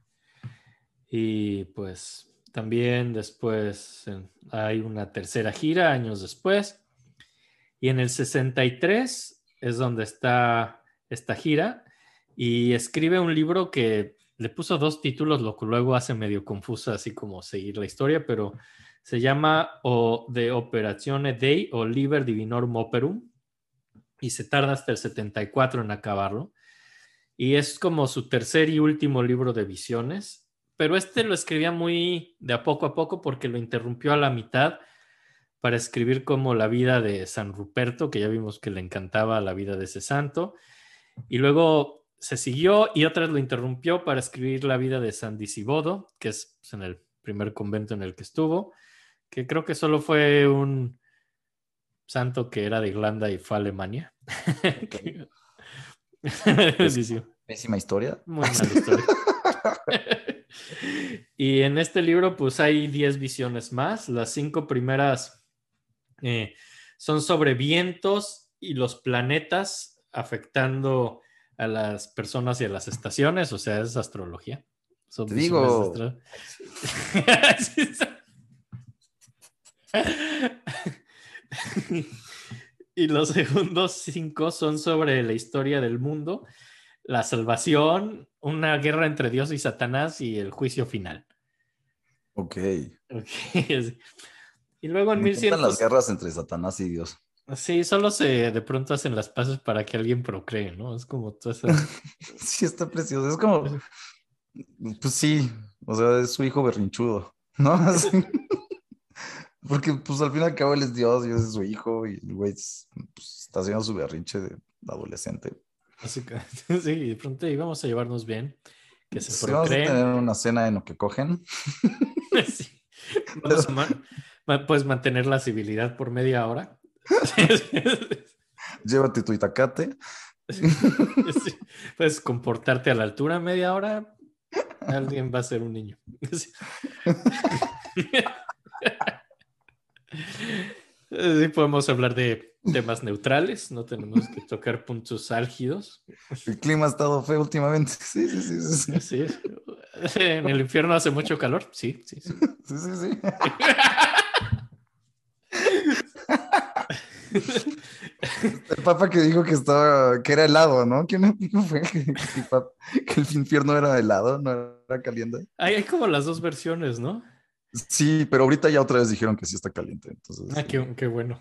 Y pues también después eh, hay una tercera gira años después. Y en el sesenta y tres es donde está esta gira y escribe un libro que le puso dos títulos, lo que luego hace medio confuso así como seguir la historia, pero se llama o de Operazione Dei o Liber Divinorum Operum y se tarda hasta el setenta y cuatro en acabarlo. Y es como su tercer y último libro de visiones, pero este lo escribía muy de a poco a poco porque lo interrumpió a la mitad para escribir como la vida de San Ruperto, que ya vimos que le encantaba la vida de ese santo, y luego se siguió y otra vez lo interrumpió para escribir la vida de San Disibodo, que es pues, en el primer convento en el que estuvo, que creo que solo fue un santo que era de Irlanda y fue a Alemania. Okay. Sí, sí. Pésima historia. Muy mala historia. Y en este libro pues hay diez visiones más. Las cinco primeras eh, son sobre vientos y los planetas afectando a las personas y a las estaciones, o sea, es astrología. Son Te visiones de digo. astro... Y los segundos cinco son sobre la historia del mundo, la salvación, una guerra entre Dios y Satanás y el juicio final. Ok. Okay. Y luego en Me encantan las mil cien... guerras entre Satanás y Dios. Sí, solo se de pronto hacen las paces para que alguien procree, ¿no? Es como toda esa... Sí, está precioso. Es como, pues sí, o sea, es su hijo berrinchudo, ¿no? Así. Porque pues al fin y al cabo él es Dios y ese es su hijo y el güey es- pues, está haciendo su berrinche de adolescente. Así que, sí, de pronto y vamos a llevarnos bien, que se Si vamos a procreen. tener una cena en lo que cogen, Sí. Vamos a ma- ma- pues mantener la civilidad por media hora. llévate tu itacate. Sí. Puedes comportarte a la altura media hora, alguien va a ser un niño. Sí. Sí, podemos hablar de temas neutrales, no tenemos que tocar puntos álgidos. El clima ha estado feo últimamente. Sí, sí, sí, sí, sí. Sí. En el infierno hace mucho calor. Sí, sí, sí. Sí, sí, sí. El papa que dijo que estaba, que era helado, ¿no? ¿Quién fue? Que, que el papa- que el infierno era helado, no era caliente. Hay, hay como las dos versiones, ¿no? Sí, pero ahorita ya otra vez dijeron que sí está caliente, Ah, entonces. qué, qué bueno.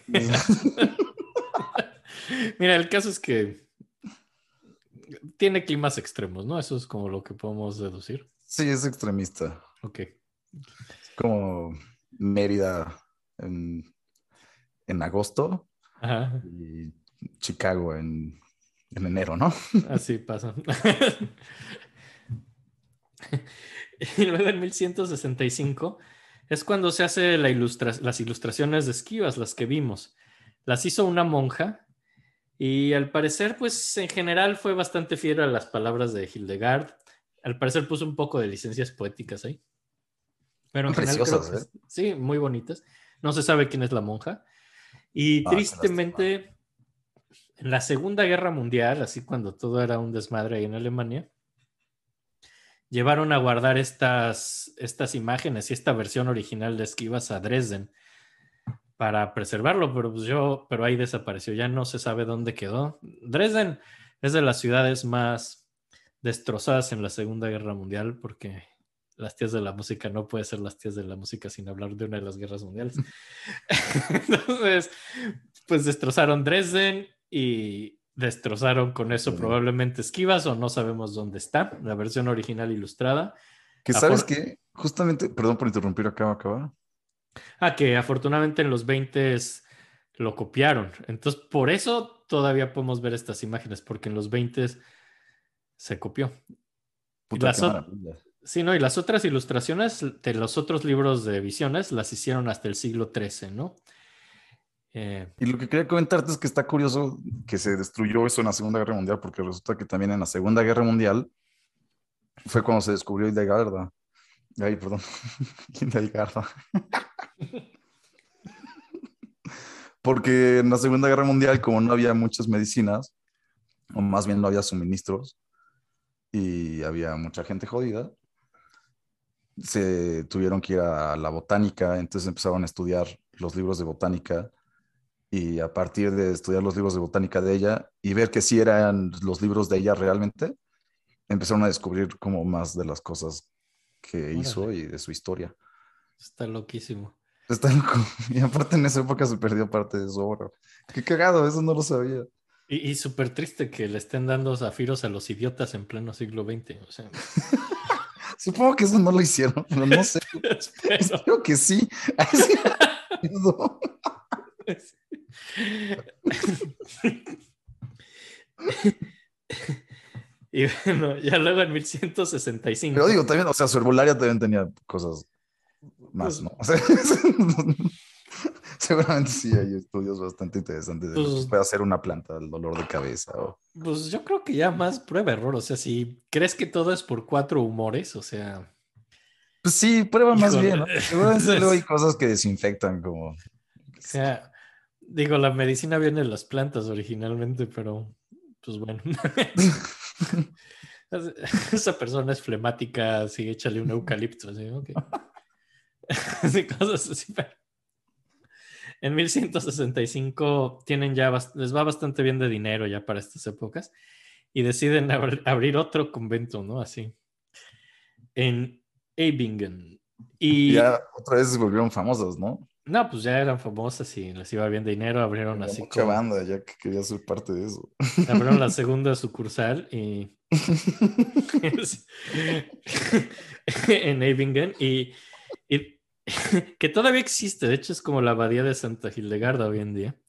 Mira, el caso es que tiene climas extremos, ¿no? Eso es como lo que podemos deducir. Sí, es extremista. Ok. Es como Mérida en, en agosto Ajá. y Chicago en, en enero, ¿no? Así pasa. Y luego en mil ciento sesenta y cinco es cuando se hace la ilustra las ilustraciones de Esquivas, las que vimos. Las hizo una monja y al parecer, pues en general fue bastante fiel a las palabras de Hildegard. Al parecer puso un poco de licencias poéticas ahí. Pero en Son general creo preciosas, que ¿eh? sí, muy bonitas. No se sabe quién es la monja. Y Ah, qué lástima. tristemente, en la Segunda Guerra Mundial, así cuando todo era un desmadre ahí en Alemania, llevaron a guardar estas, estas imágenes y esta versión original de Esquivas a Dresden para preservarlo, pero pues yo, pero ahí desapareció, ya no se sabe dónde quedó. Dresden es de las ciudades más destrozadas en la Segunda Guerra Mundial porque las tías de la música no puede ser las tías de la música sin hablar de una de las guerras mundiales. Entonces, pues destrozaron Dresden y destrozaron con eso probablemente Esquivas o no sabemos dónde está, la versión original ilustrada. Que sabes Afor que justamente, perdón por interrumpir, acá, acá. ah, que afortunadamente en los veinte lo copiaron. Entonces, por eso todavía podemos ver estas imágenes, porque en los veinte se copió. Y Puta, qué las, maravilla. sí, ¿no? Y las otras ilustraciones de los otros libros de visiones las hicieron hasta el siglo trece, ¿no? Eh, Y lo que quería comentarte es que está curioso que se destruyó eso en la Segunda Guerra Mundial, porque resulta que también en la Segunda Guerra Mundial fue cuando se descubrió Hildegarda. Ay, perdón, Hildegarda. Porque en la Segunda Guerra Mundial, como no había muchas medicinas, o más bien no había suministros, y había mucha gente jodida, se tuvieron que ir a la botánica, entonces empezaron a estudiar los libros de botánica y a partir de estudiar los libros de botánica de ella y ver que sí eran los libros de ella realmente, empezaron a descubrir como más de las cosas que órale, hizo y de su historia. está loquísimo. Está loco. Y aparte en esa época se perdió parte de su obra. Qué cagado, eso no lo sabía. Y, y súper triste que le estén dando zafiros a los idiotas en pleno siglo veinte. O sea, Supongo que eso no lo hicieron, pero no sé. espero. Espero que sí. Ay, sí, no. Y Y bueno, ya luego en mil ciento sesenta y cinco. Pero digo, también, o sea, su herbolaria también tenía cosas más, Pues, ¿no? O sea, seguramente sí hay estudios bastante interesantes de lo que pues, puede hacer una planta, el dolor de cabeza. O... pues yo creo que ya más prueba-error. O sea, si crees que todo es por cuatro humores, o sea, Pues sí, prueba más bien, híjole. ¿no? Seguramente luego hay cosas que desinfectan, como. O sea, digo, la medicina viene de las plantas originalmente, pero pues bueno. Esa persona es flemática, sí, échale un eucalipto, así, ok. Así, cosas así. Pero en mil ciento sesenta y cinco tienen ya, les va bastante bien de dinero ya para estas épocas y deciden abr abrir otro convento, ¿no? Así, en Eibingen. Y Y ya otra vez se volvieron famosos, ¿no? no, pues ya eran famosas y les iba bien de dinero, abrieron Había así mucha como, banda ya que quería ser parte de eso. abrieron la segunda sucursal y en Eibingen y, y que todavía existe, de hecho es como la abadía de Santa Hildegarda hoy en día.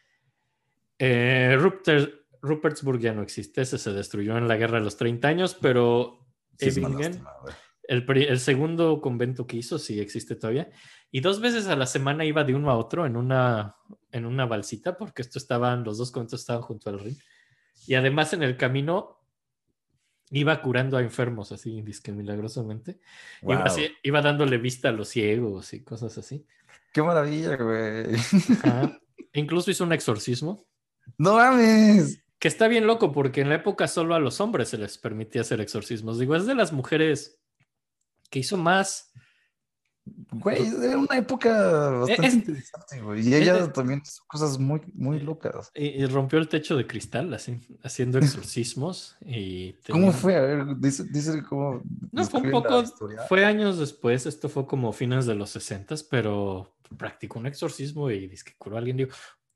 Eh, Rupert, Rupertsburg ya no existe, ese se destruyó en la guerra de los treinta años, pero Sí, es una Eibingen, lástima, güey. el, el, segundo convento que hizo, sí existe todavía. Y dos veces a la semana iba de uno a otro en una, en una balsita, porque esto estaban, los dos conventos estaban junto al Rin. Y además en el camino iba curando a enfermos, así, disque milagrosamente. Iba, Wow. así, iba dándole vista a los ciegos y cosas así. Qué maravilla, güey. Ajá. E incluso hizo un exorcismo. No mames. Que está bien loco porque en la época solo a los hombres se les permitía hacer exorcismos. Digo, es de las mujeres que hizo más. Güey, era una época bastante Es, interesante, güey. Y es, ella es, también hizo cosas muy, muy locas. y rompió el techo de cristal así, haciendo exorcismos y ¿Cómo tenía... fue? A ver, dice, dice cómo No, fue un describen la poco, historia. fue años después, esto fue como fines de los sesentas, pero practicó un exorcismo y dice que curó a alguien. Digo,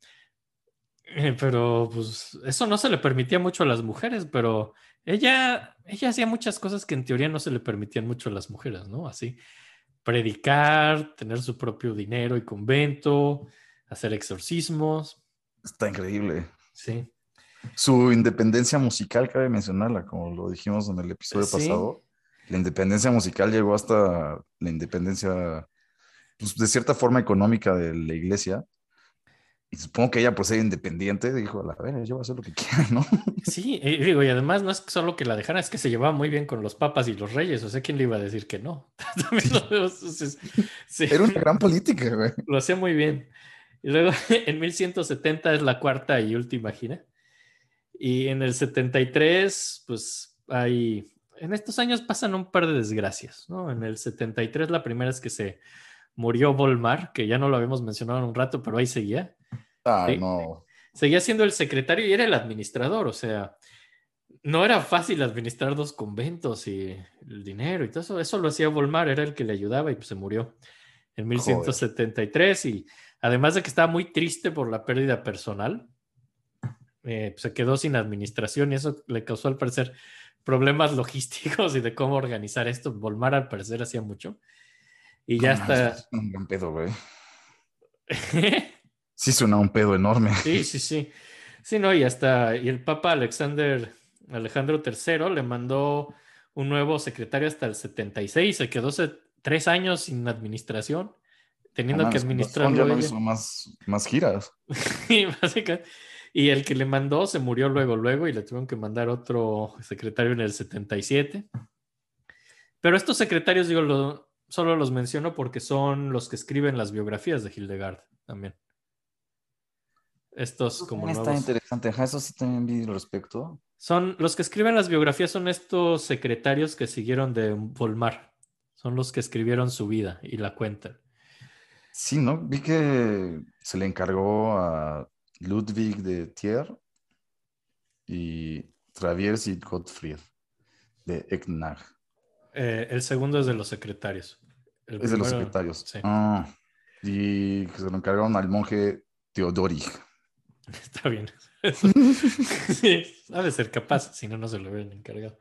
eh, pero pues eso no se le permitía mucho a las mujeres, pero ella, ella hacía muchas cosas que en teoría no se le permitían mucho a las mujeres, ¿no? Así, predicar, tener su propio dinero y convento, hacer exorcismos, Está increíble. sí. Su independencia musical, cabe mencionarla, como lo dijimos en el episodio Sí, pasado. La independencia musical llegó hasta la independencia, pues, de cierta forma económica de la iglesia. Y supongo que ella, por ser independiente, dijo, a la ver, yo voy a hacer lo que quiera, ¿no? sí, y digo, y además no es solo que la dejara, es que se llevaba muy bien con los papas y los reyes, o sea, ¿quién le iba a decir que no? También lo, Sí, veo, sí, sí, era una gran política, güey. lo hacía muy bien. Y luego en mil ciento setenta es la cuarta y última gira. Y en el setenta y tres, pues hay, en estos años pasan un par de desgracias, ¿no? En el setenta y tres la primera es que se murió Volmar, que ya no lo habíamos mencionado en un rato, pero ahí seguía. Ah, Sí, no. seguía siendo el secretario y era el administrador, o sea, no era fácil administrar dos conventos y el dinero y todo eso. Eso lo hacía Volmar, era el que le ayudaba y pues se murió en Joder. mil ciento setenta y tres y además de que estaba muy triste por la pérdida personal, eh, pues se quedó sin administración y eso le causó al parecer problemas logísticos y de cómo organizar esto. Volmar al parecer hacía mucho y No ya mames, está. es un gran pedo, güey. Sí, suena un pedo enorme. Sí, sí, sí. Sí, no, y hasta, y el Papa Alexander, Alejandro tercero le mandó un nuevo secretario hasta el setenta y seis, se quedó se- tres años sin administración, No teniendo que mames, con razón ya administrarlo no ella. hizo más, más giras. Y, básicamente- y el que le mandó se murió luego, luego, y le tuvieron que mandar otro secretario en el setenta y siete. Pero estos secretarios, digo, lo- solo los menciono porque son los que escriben las biografías de Hildegard también. Estos Eso como también está nuevos. interesante. Ajá, eso sí también vi al respecto. Son los que escriben las biografías, son estos secretarios que siguieron de Volmar. Son los que escribieron su vida y la cuentan. Sí, ¿no? Vi que se le encargó a Ludwig de Thier y Traviers y Gottfried de Ecknach. Eh, el segundo es de los secretarios. El Es de los primero, secretarios. sí, Ah, y que se lo encargaron al monje Teodoric. está bien. Eso, sí, ha de ser capaz, si no, no se lo hubieran encargado.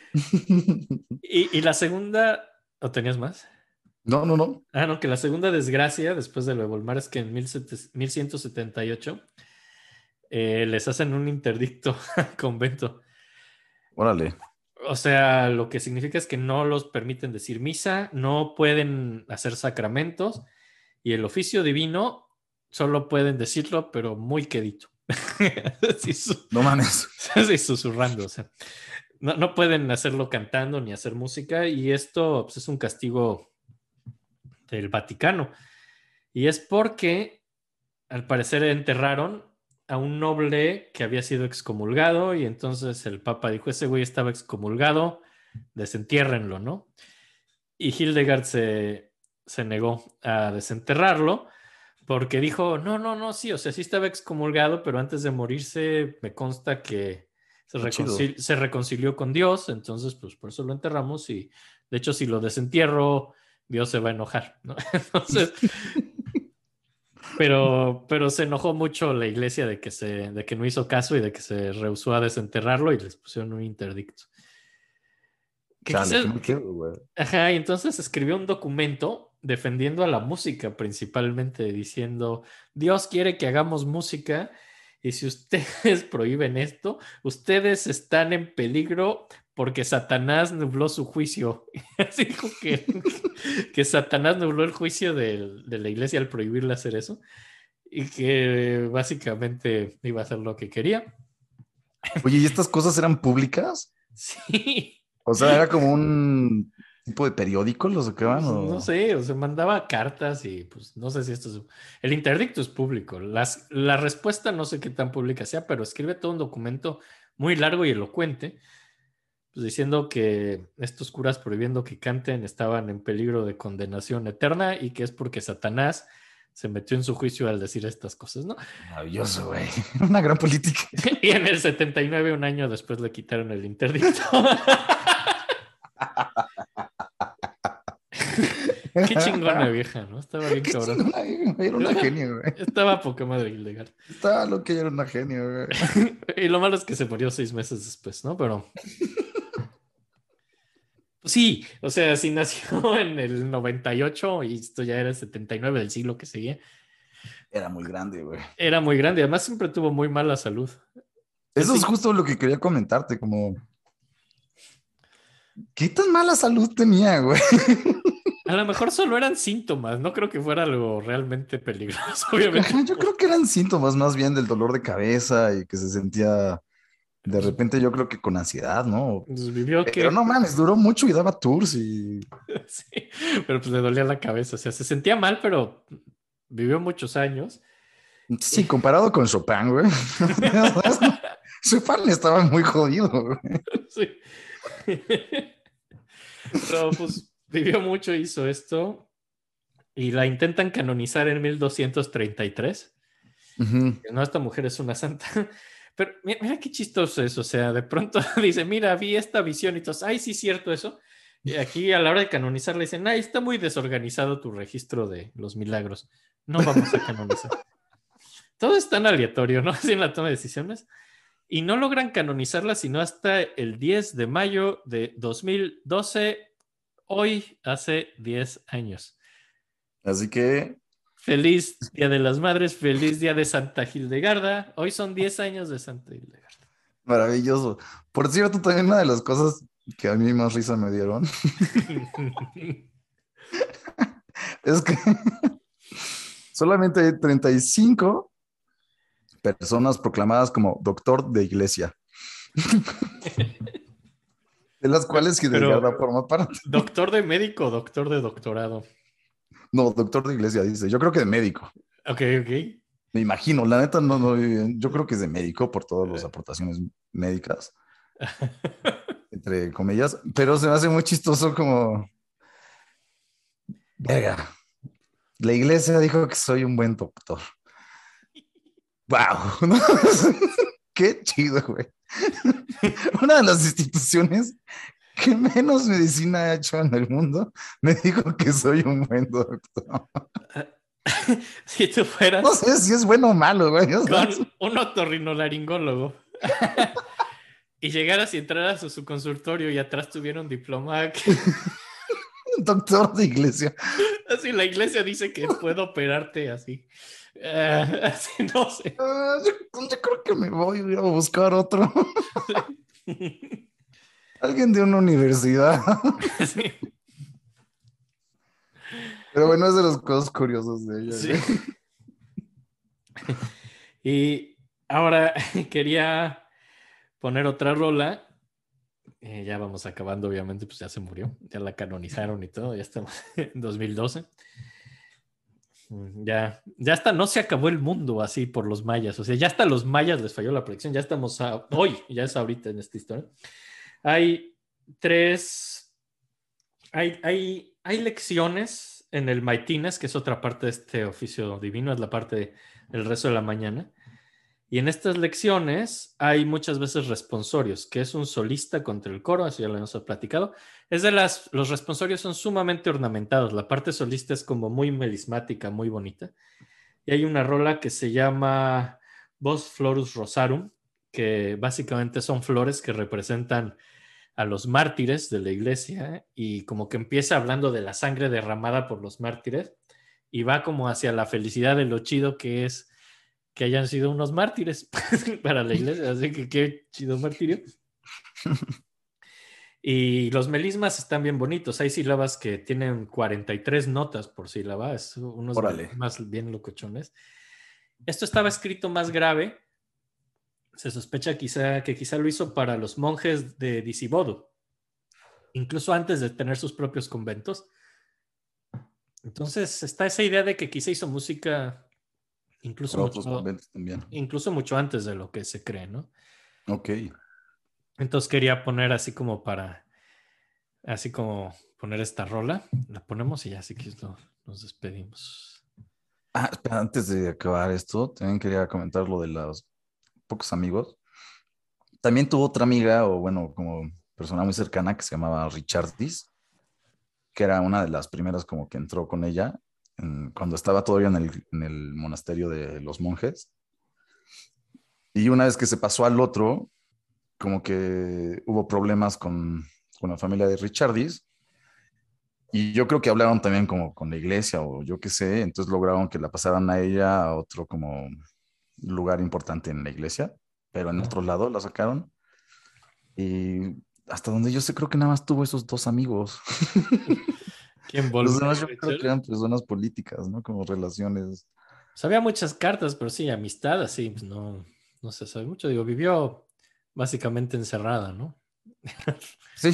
Y, y la segunda, ¿o tenías más? No, no, no. Ah, no, que la segunda desgracia después de lo de Volmar es que en mil ciento setenta y ocho eh, les hacen un interdicto al convento. Órale. O sea, lo que significa es que no los permiten decir misa, no pueden hacer sacramentos y el oficio divino solo pueden decirlo, pero muy quedito. Así, su- No mames. así susurrando, o sea, no, no pueden hacerlo cantando ni hacer música y esto pues, es un castigo del Vaticano. Y es porque al parecer enterraron a un noble que había sido excomulgado y entonces el Papa dijo, ese güey estaba excomulgado, desentiérrenlo, ¿no? Y Hildegard se, se negó a desenterrarlo porque dijo, no, no, no, sí, o sea, sí estaba excomulgado, pero antes de morirse me consta que se, Está chido. reconcil se reconcilió con Dios, entonces pues por eso lo enterramos y de hecho si lo desentierro, Dios se va a enojar, ¿no? Entonces, pero, pero se enojó mucho la iglesia de que, se, de que no hizo caso y de que se rehusó a desenterrarlo y les pusieron un interdicto. Que Chale, quizás, qué mal que, pedo, güey. ajá, y entonces escribió un documento defendiendo a la música principalmente, diciendo, Dios quiere que hagamos música y si ustedes prohíben esto, ustedes están en peligro porque Satanás nubló su juicio. Así dijo que, que Satanás nubló el juicio de, de la iglesia al prohibirle hacer eso y que básicamente iba a hacer lo que quería. Oye, ¿y estas cosas eran públicas? Sí. O sea, era como un tipo de periódico, ¿lo sacaban? Pues, no O... sé, o sea, mandaba cartas y pues no sé si esto es... El interdicto es público. Las, la respuesta no sé qué tan pública sea, pero escribe todo un documento muy largo y elocuente, pues diciendo que estos curas prohibiendo que canten estaban en peligro de condenación eterna y que es porque Satanás se metió en su juicio al decir estas cosas, ¿no? Maravilloso, güey. Una gran política. Y en el setenta y nueve, un año después, le quitaron el interdicto. Qué chingona vieja, ¿no? Estaba bien Qué cabrón. chingona, güey. Era una genia, güey. Estaba poca madre Hildegard. Estaba lo que era una genia, güey. Y lo malo es que se murió seis meses después, ¿no? Pero pues sí, o sea, si nació en el noventa y ocho y esto ya era el setenta y nueve del siglo que seguía, Era muy grande, güey. era muy grande. Además, siempre tuvo muy mala salud. Eso es Así, justo lo que quería comentarte, como, ¿qué tan mala salud tenía, güey? a lo mejor solo eran síntomas, no creo que fuera algo realmente peligroso, obviamente. Ajá, yo creo que eran síntomas más bien del dolor de cabeza y que se sentía de Pues, repente, yo creo que con ansiedad, ¿no? pues vivió Pero que, no mames, duró mucho y daba tours y sí, pero pues le dolía la cabeza, o sea, se sentía mal, pero vivió muchos años. sí, comparado con Chopin, güey. Chopin estaba muy jodido, güey. Sí. Pero pues vivió mucho, hizo esto y la intentan canonizar en mil doscientos treinta y tres. Ujú. No, esta mujer es una santa. Pero mira, mira qué chistoso es, o sea, de pronto dice, mira, vi esta visión y todos, ay, sí, cierto eso. Y aquí a la hora de canonizar le dicen, ay, está muy desorganizado tu registro de los milagros. No vamos a canonizar. Todo es tan aleatorio, ¿no? Así en la toma de decisiones. Y no logran canonizarla sino hasta el diez de mayo de dos mil doce, hoy hace diez años. Así que, Feliz Día de las Madres, feliz Día de Santa Hildegarda. Hoy son diez años de Santa Hildegarda. maravilloso. Por cierto, también una de las cosas que a mí más risa me dieron es que solamente hay treinta y cinco personas proclamadas como doctor de iglesia, de las cuales Pero, Hidalgarda forma parte. ¿doctor de médico o doctor de doctorado? No, doctor de iglesia, dice. Yo creo que de médico. Ok, ok. Me imagino, la neta no, no, yo creo que es de médico por todas las aportaciones médicas, entre comillas, pero se me hace muy chistoso como, verga, la iglesia dijo que soy un buen doctor. ¡Wow! ¿No? ¡Qué chido, güey! Una de las instituciones que menos medicina ha hecho en el mundo me dijo que soy un buen doctor. Si tú No fueras sé si es bueno o malo, güey. O sea, con un otorrinolaringólogo y llegaras y entraras a su consultorio y atrás tuviera un diploma, que- un doctor de iglesia. así la iglesia dice que puedo operarte así. Uh, así no sé. Uh, yo, yo, creo que me voy a ir a buscar otro. Alguien de una universidad. Sí. Pero bueno, es de las cosas curiosas de ella. Sí. ¿Eh? Y ahora quería poner otra rola. Eh, ya vamos acabando, obviamente, pues ya se murió. Ya la canonizaron y todo. Ya estamos en dos mil doce. Ya, ya hasta no se acabó el mundo así por los mayas. O sea, ya hasta los mayas les falló la predicción. Ya estamos a, hoy, ya es ahorita en esta historia. Hay tres, hay, hay, hay lecciones en el Maitines, que es otra parte de este oficio divino, es la parte del rezo de la mañana. Y en estas lecciones hay muchas veces responsorios, que es un solista contra el coro, eso ya lo hemos platicado. Es de las, los responsorios son sumamente ornamentados, la parte solista es como muy melismática, muy bonita. Y hay una rola que se llama Vos Florus Rosarum, que básicamente son flores que representan a los mártires de la iglesia y como que empieza hablando de la sangre derramada por los mártires y va como hacia la felicidad de lo chido que es que hayan sido unos mártires para la iglesia, así que qué chido martirio. Y los melismas están bien bonitos, hay sílabas que tienen cuarenta y tres notas por sílaba, es unos Órale. melismas bien locochones. Esto estaba escrito más grave, se sospecha quizá que quizá lo hizo para los monjes de Disibodo, incluso antes de tener sus propios conventos. Entonces está esa idea de que quizá hizo música incluso Para otros mucho, conventos también. incluso mucho antes de lo que se cree, ¿no? Ok. Entonces quería poner así como para, así como poner esta rola, la ponemos y ya así que no, nos despedimos. Ah, espera, antes de acabar esto, también quería comentar lo de los pocos amigos. También tuvo otra amiga, o bueno, como persona muy cercana que se llamaba Richardis, que era una de las primeras como que entró con ella en- cuando estaba todavía en el, en el monasterio de los monjes. Y una vez que se pasó al otro, como que hubo problemas con, con la familia de Richardis. Y yo creo que hablaron también como con la iglesia o yo qué sé, entonces lograron que la pasaran a ella a otro como lugar importante en la iglesia, pero en Ah. otro lado la sacaron. Y hasta donde yo sé, creo que nada más tuvo esos dos amigos. ¿Quién Los volvió, demás yo creo que Richard? eran personas políticas, ¿no? Como relaciones. Pues había muchas cartas, pero sí, amistad, así, pues no, no se sabe mucho. Digo, vivió básicamente encerrada, ¿no? Sí,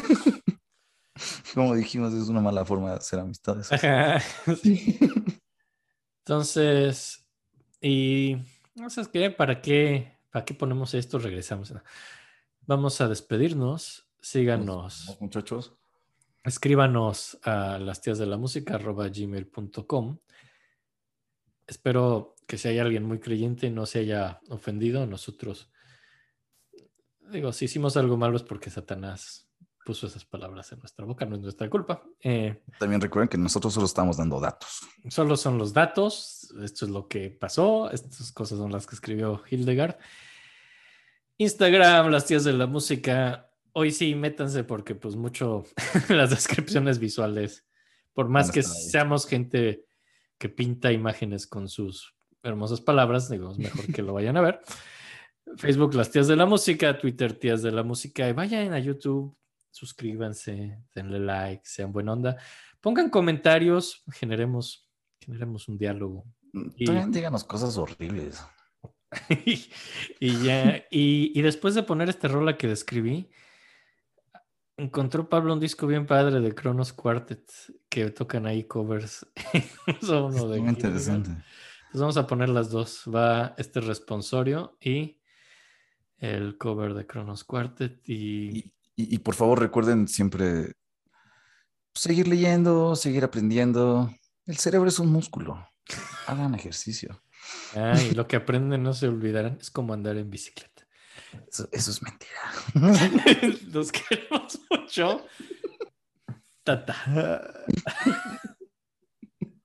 como dijimos, es una mala forma de hacer amistades. Ajá, sí. Entonces, y no sé qué, ¿para qué, para qué ponemos esto? Regresamos. Vamos a despedirnos. Nos Síganos. vemos, muchachos. Escríbanos a las tías de la música arroba gmail punto com. Espero que si hay alguien muy creyente y no se haya ofendido. Nosotros, digo, si hicimos algo malo es porque Satanás puso esas palabras en nuestra boca, no es nuestra culpa. Eh, También recuerden que nosotros solo estamos dando datos. solo son los datos. Esto es lo que pasó. Estas cosas son las que escribió Hildegard. Instagram, las tías de la música. Hoy sí, métanse porque pues mucho las descripciones visuales, por Van a más que estar ahí. seamos gente que pinta imágenes con sus hermosas palabras, digo, es mejor que lo vayan a ver. Facebook, las tías de la música, Twitter, tías de la música, y vayan a YouTube, suscríbanse, denle like, sean buena onda, pongan comentarios, generemos, generemos un diálogo. Y También díganos cosas horribles. y, y ya, y, y después de poner esta rola que describí, encontró Pablo un disco bien padre de Kronos Quartet que tocan ahí covers. Incluso uno de Muy Hildegard. interesante. Entonces vamos a poner las dos. Va este responsorio y el cover de Kronos Quartet. Y Y, y, y por favor recuerden siempre seguir leyendo, seguir aprendiendo. El cerebro es un músculo. Hagan ejercicio. ah, y lo que aprenden no se olvidarán. Es como andar en bicicleta. Eso, eso es mentira. Los queremos mucho. Tata.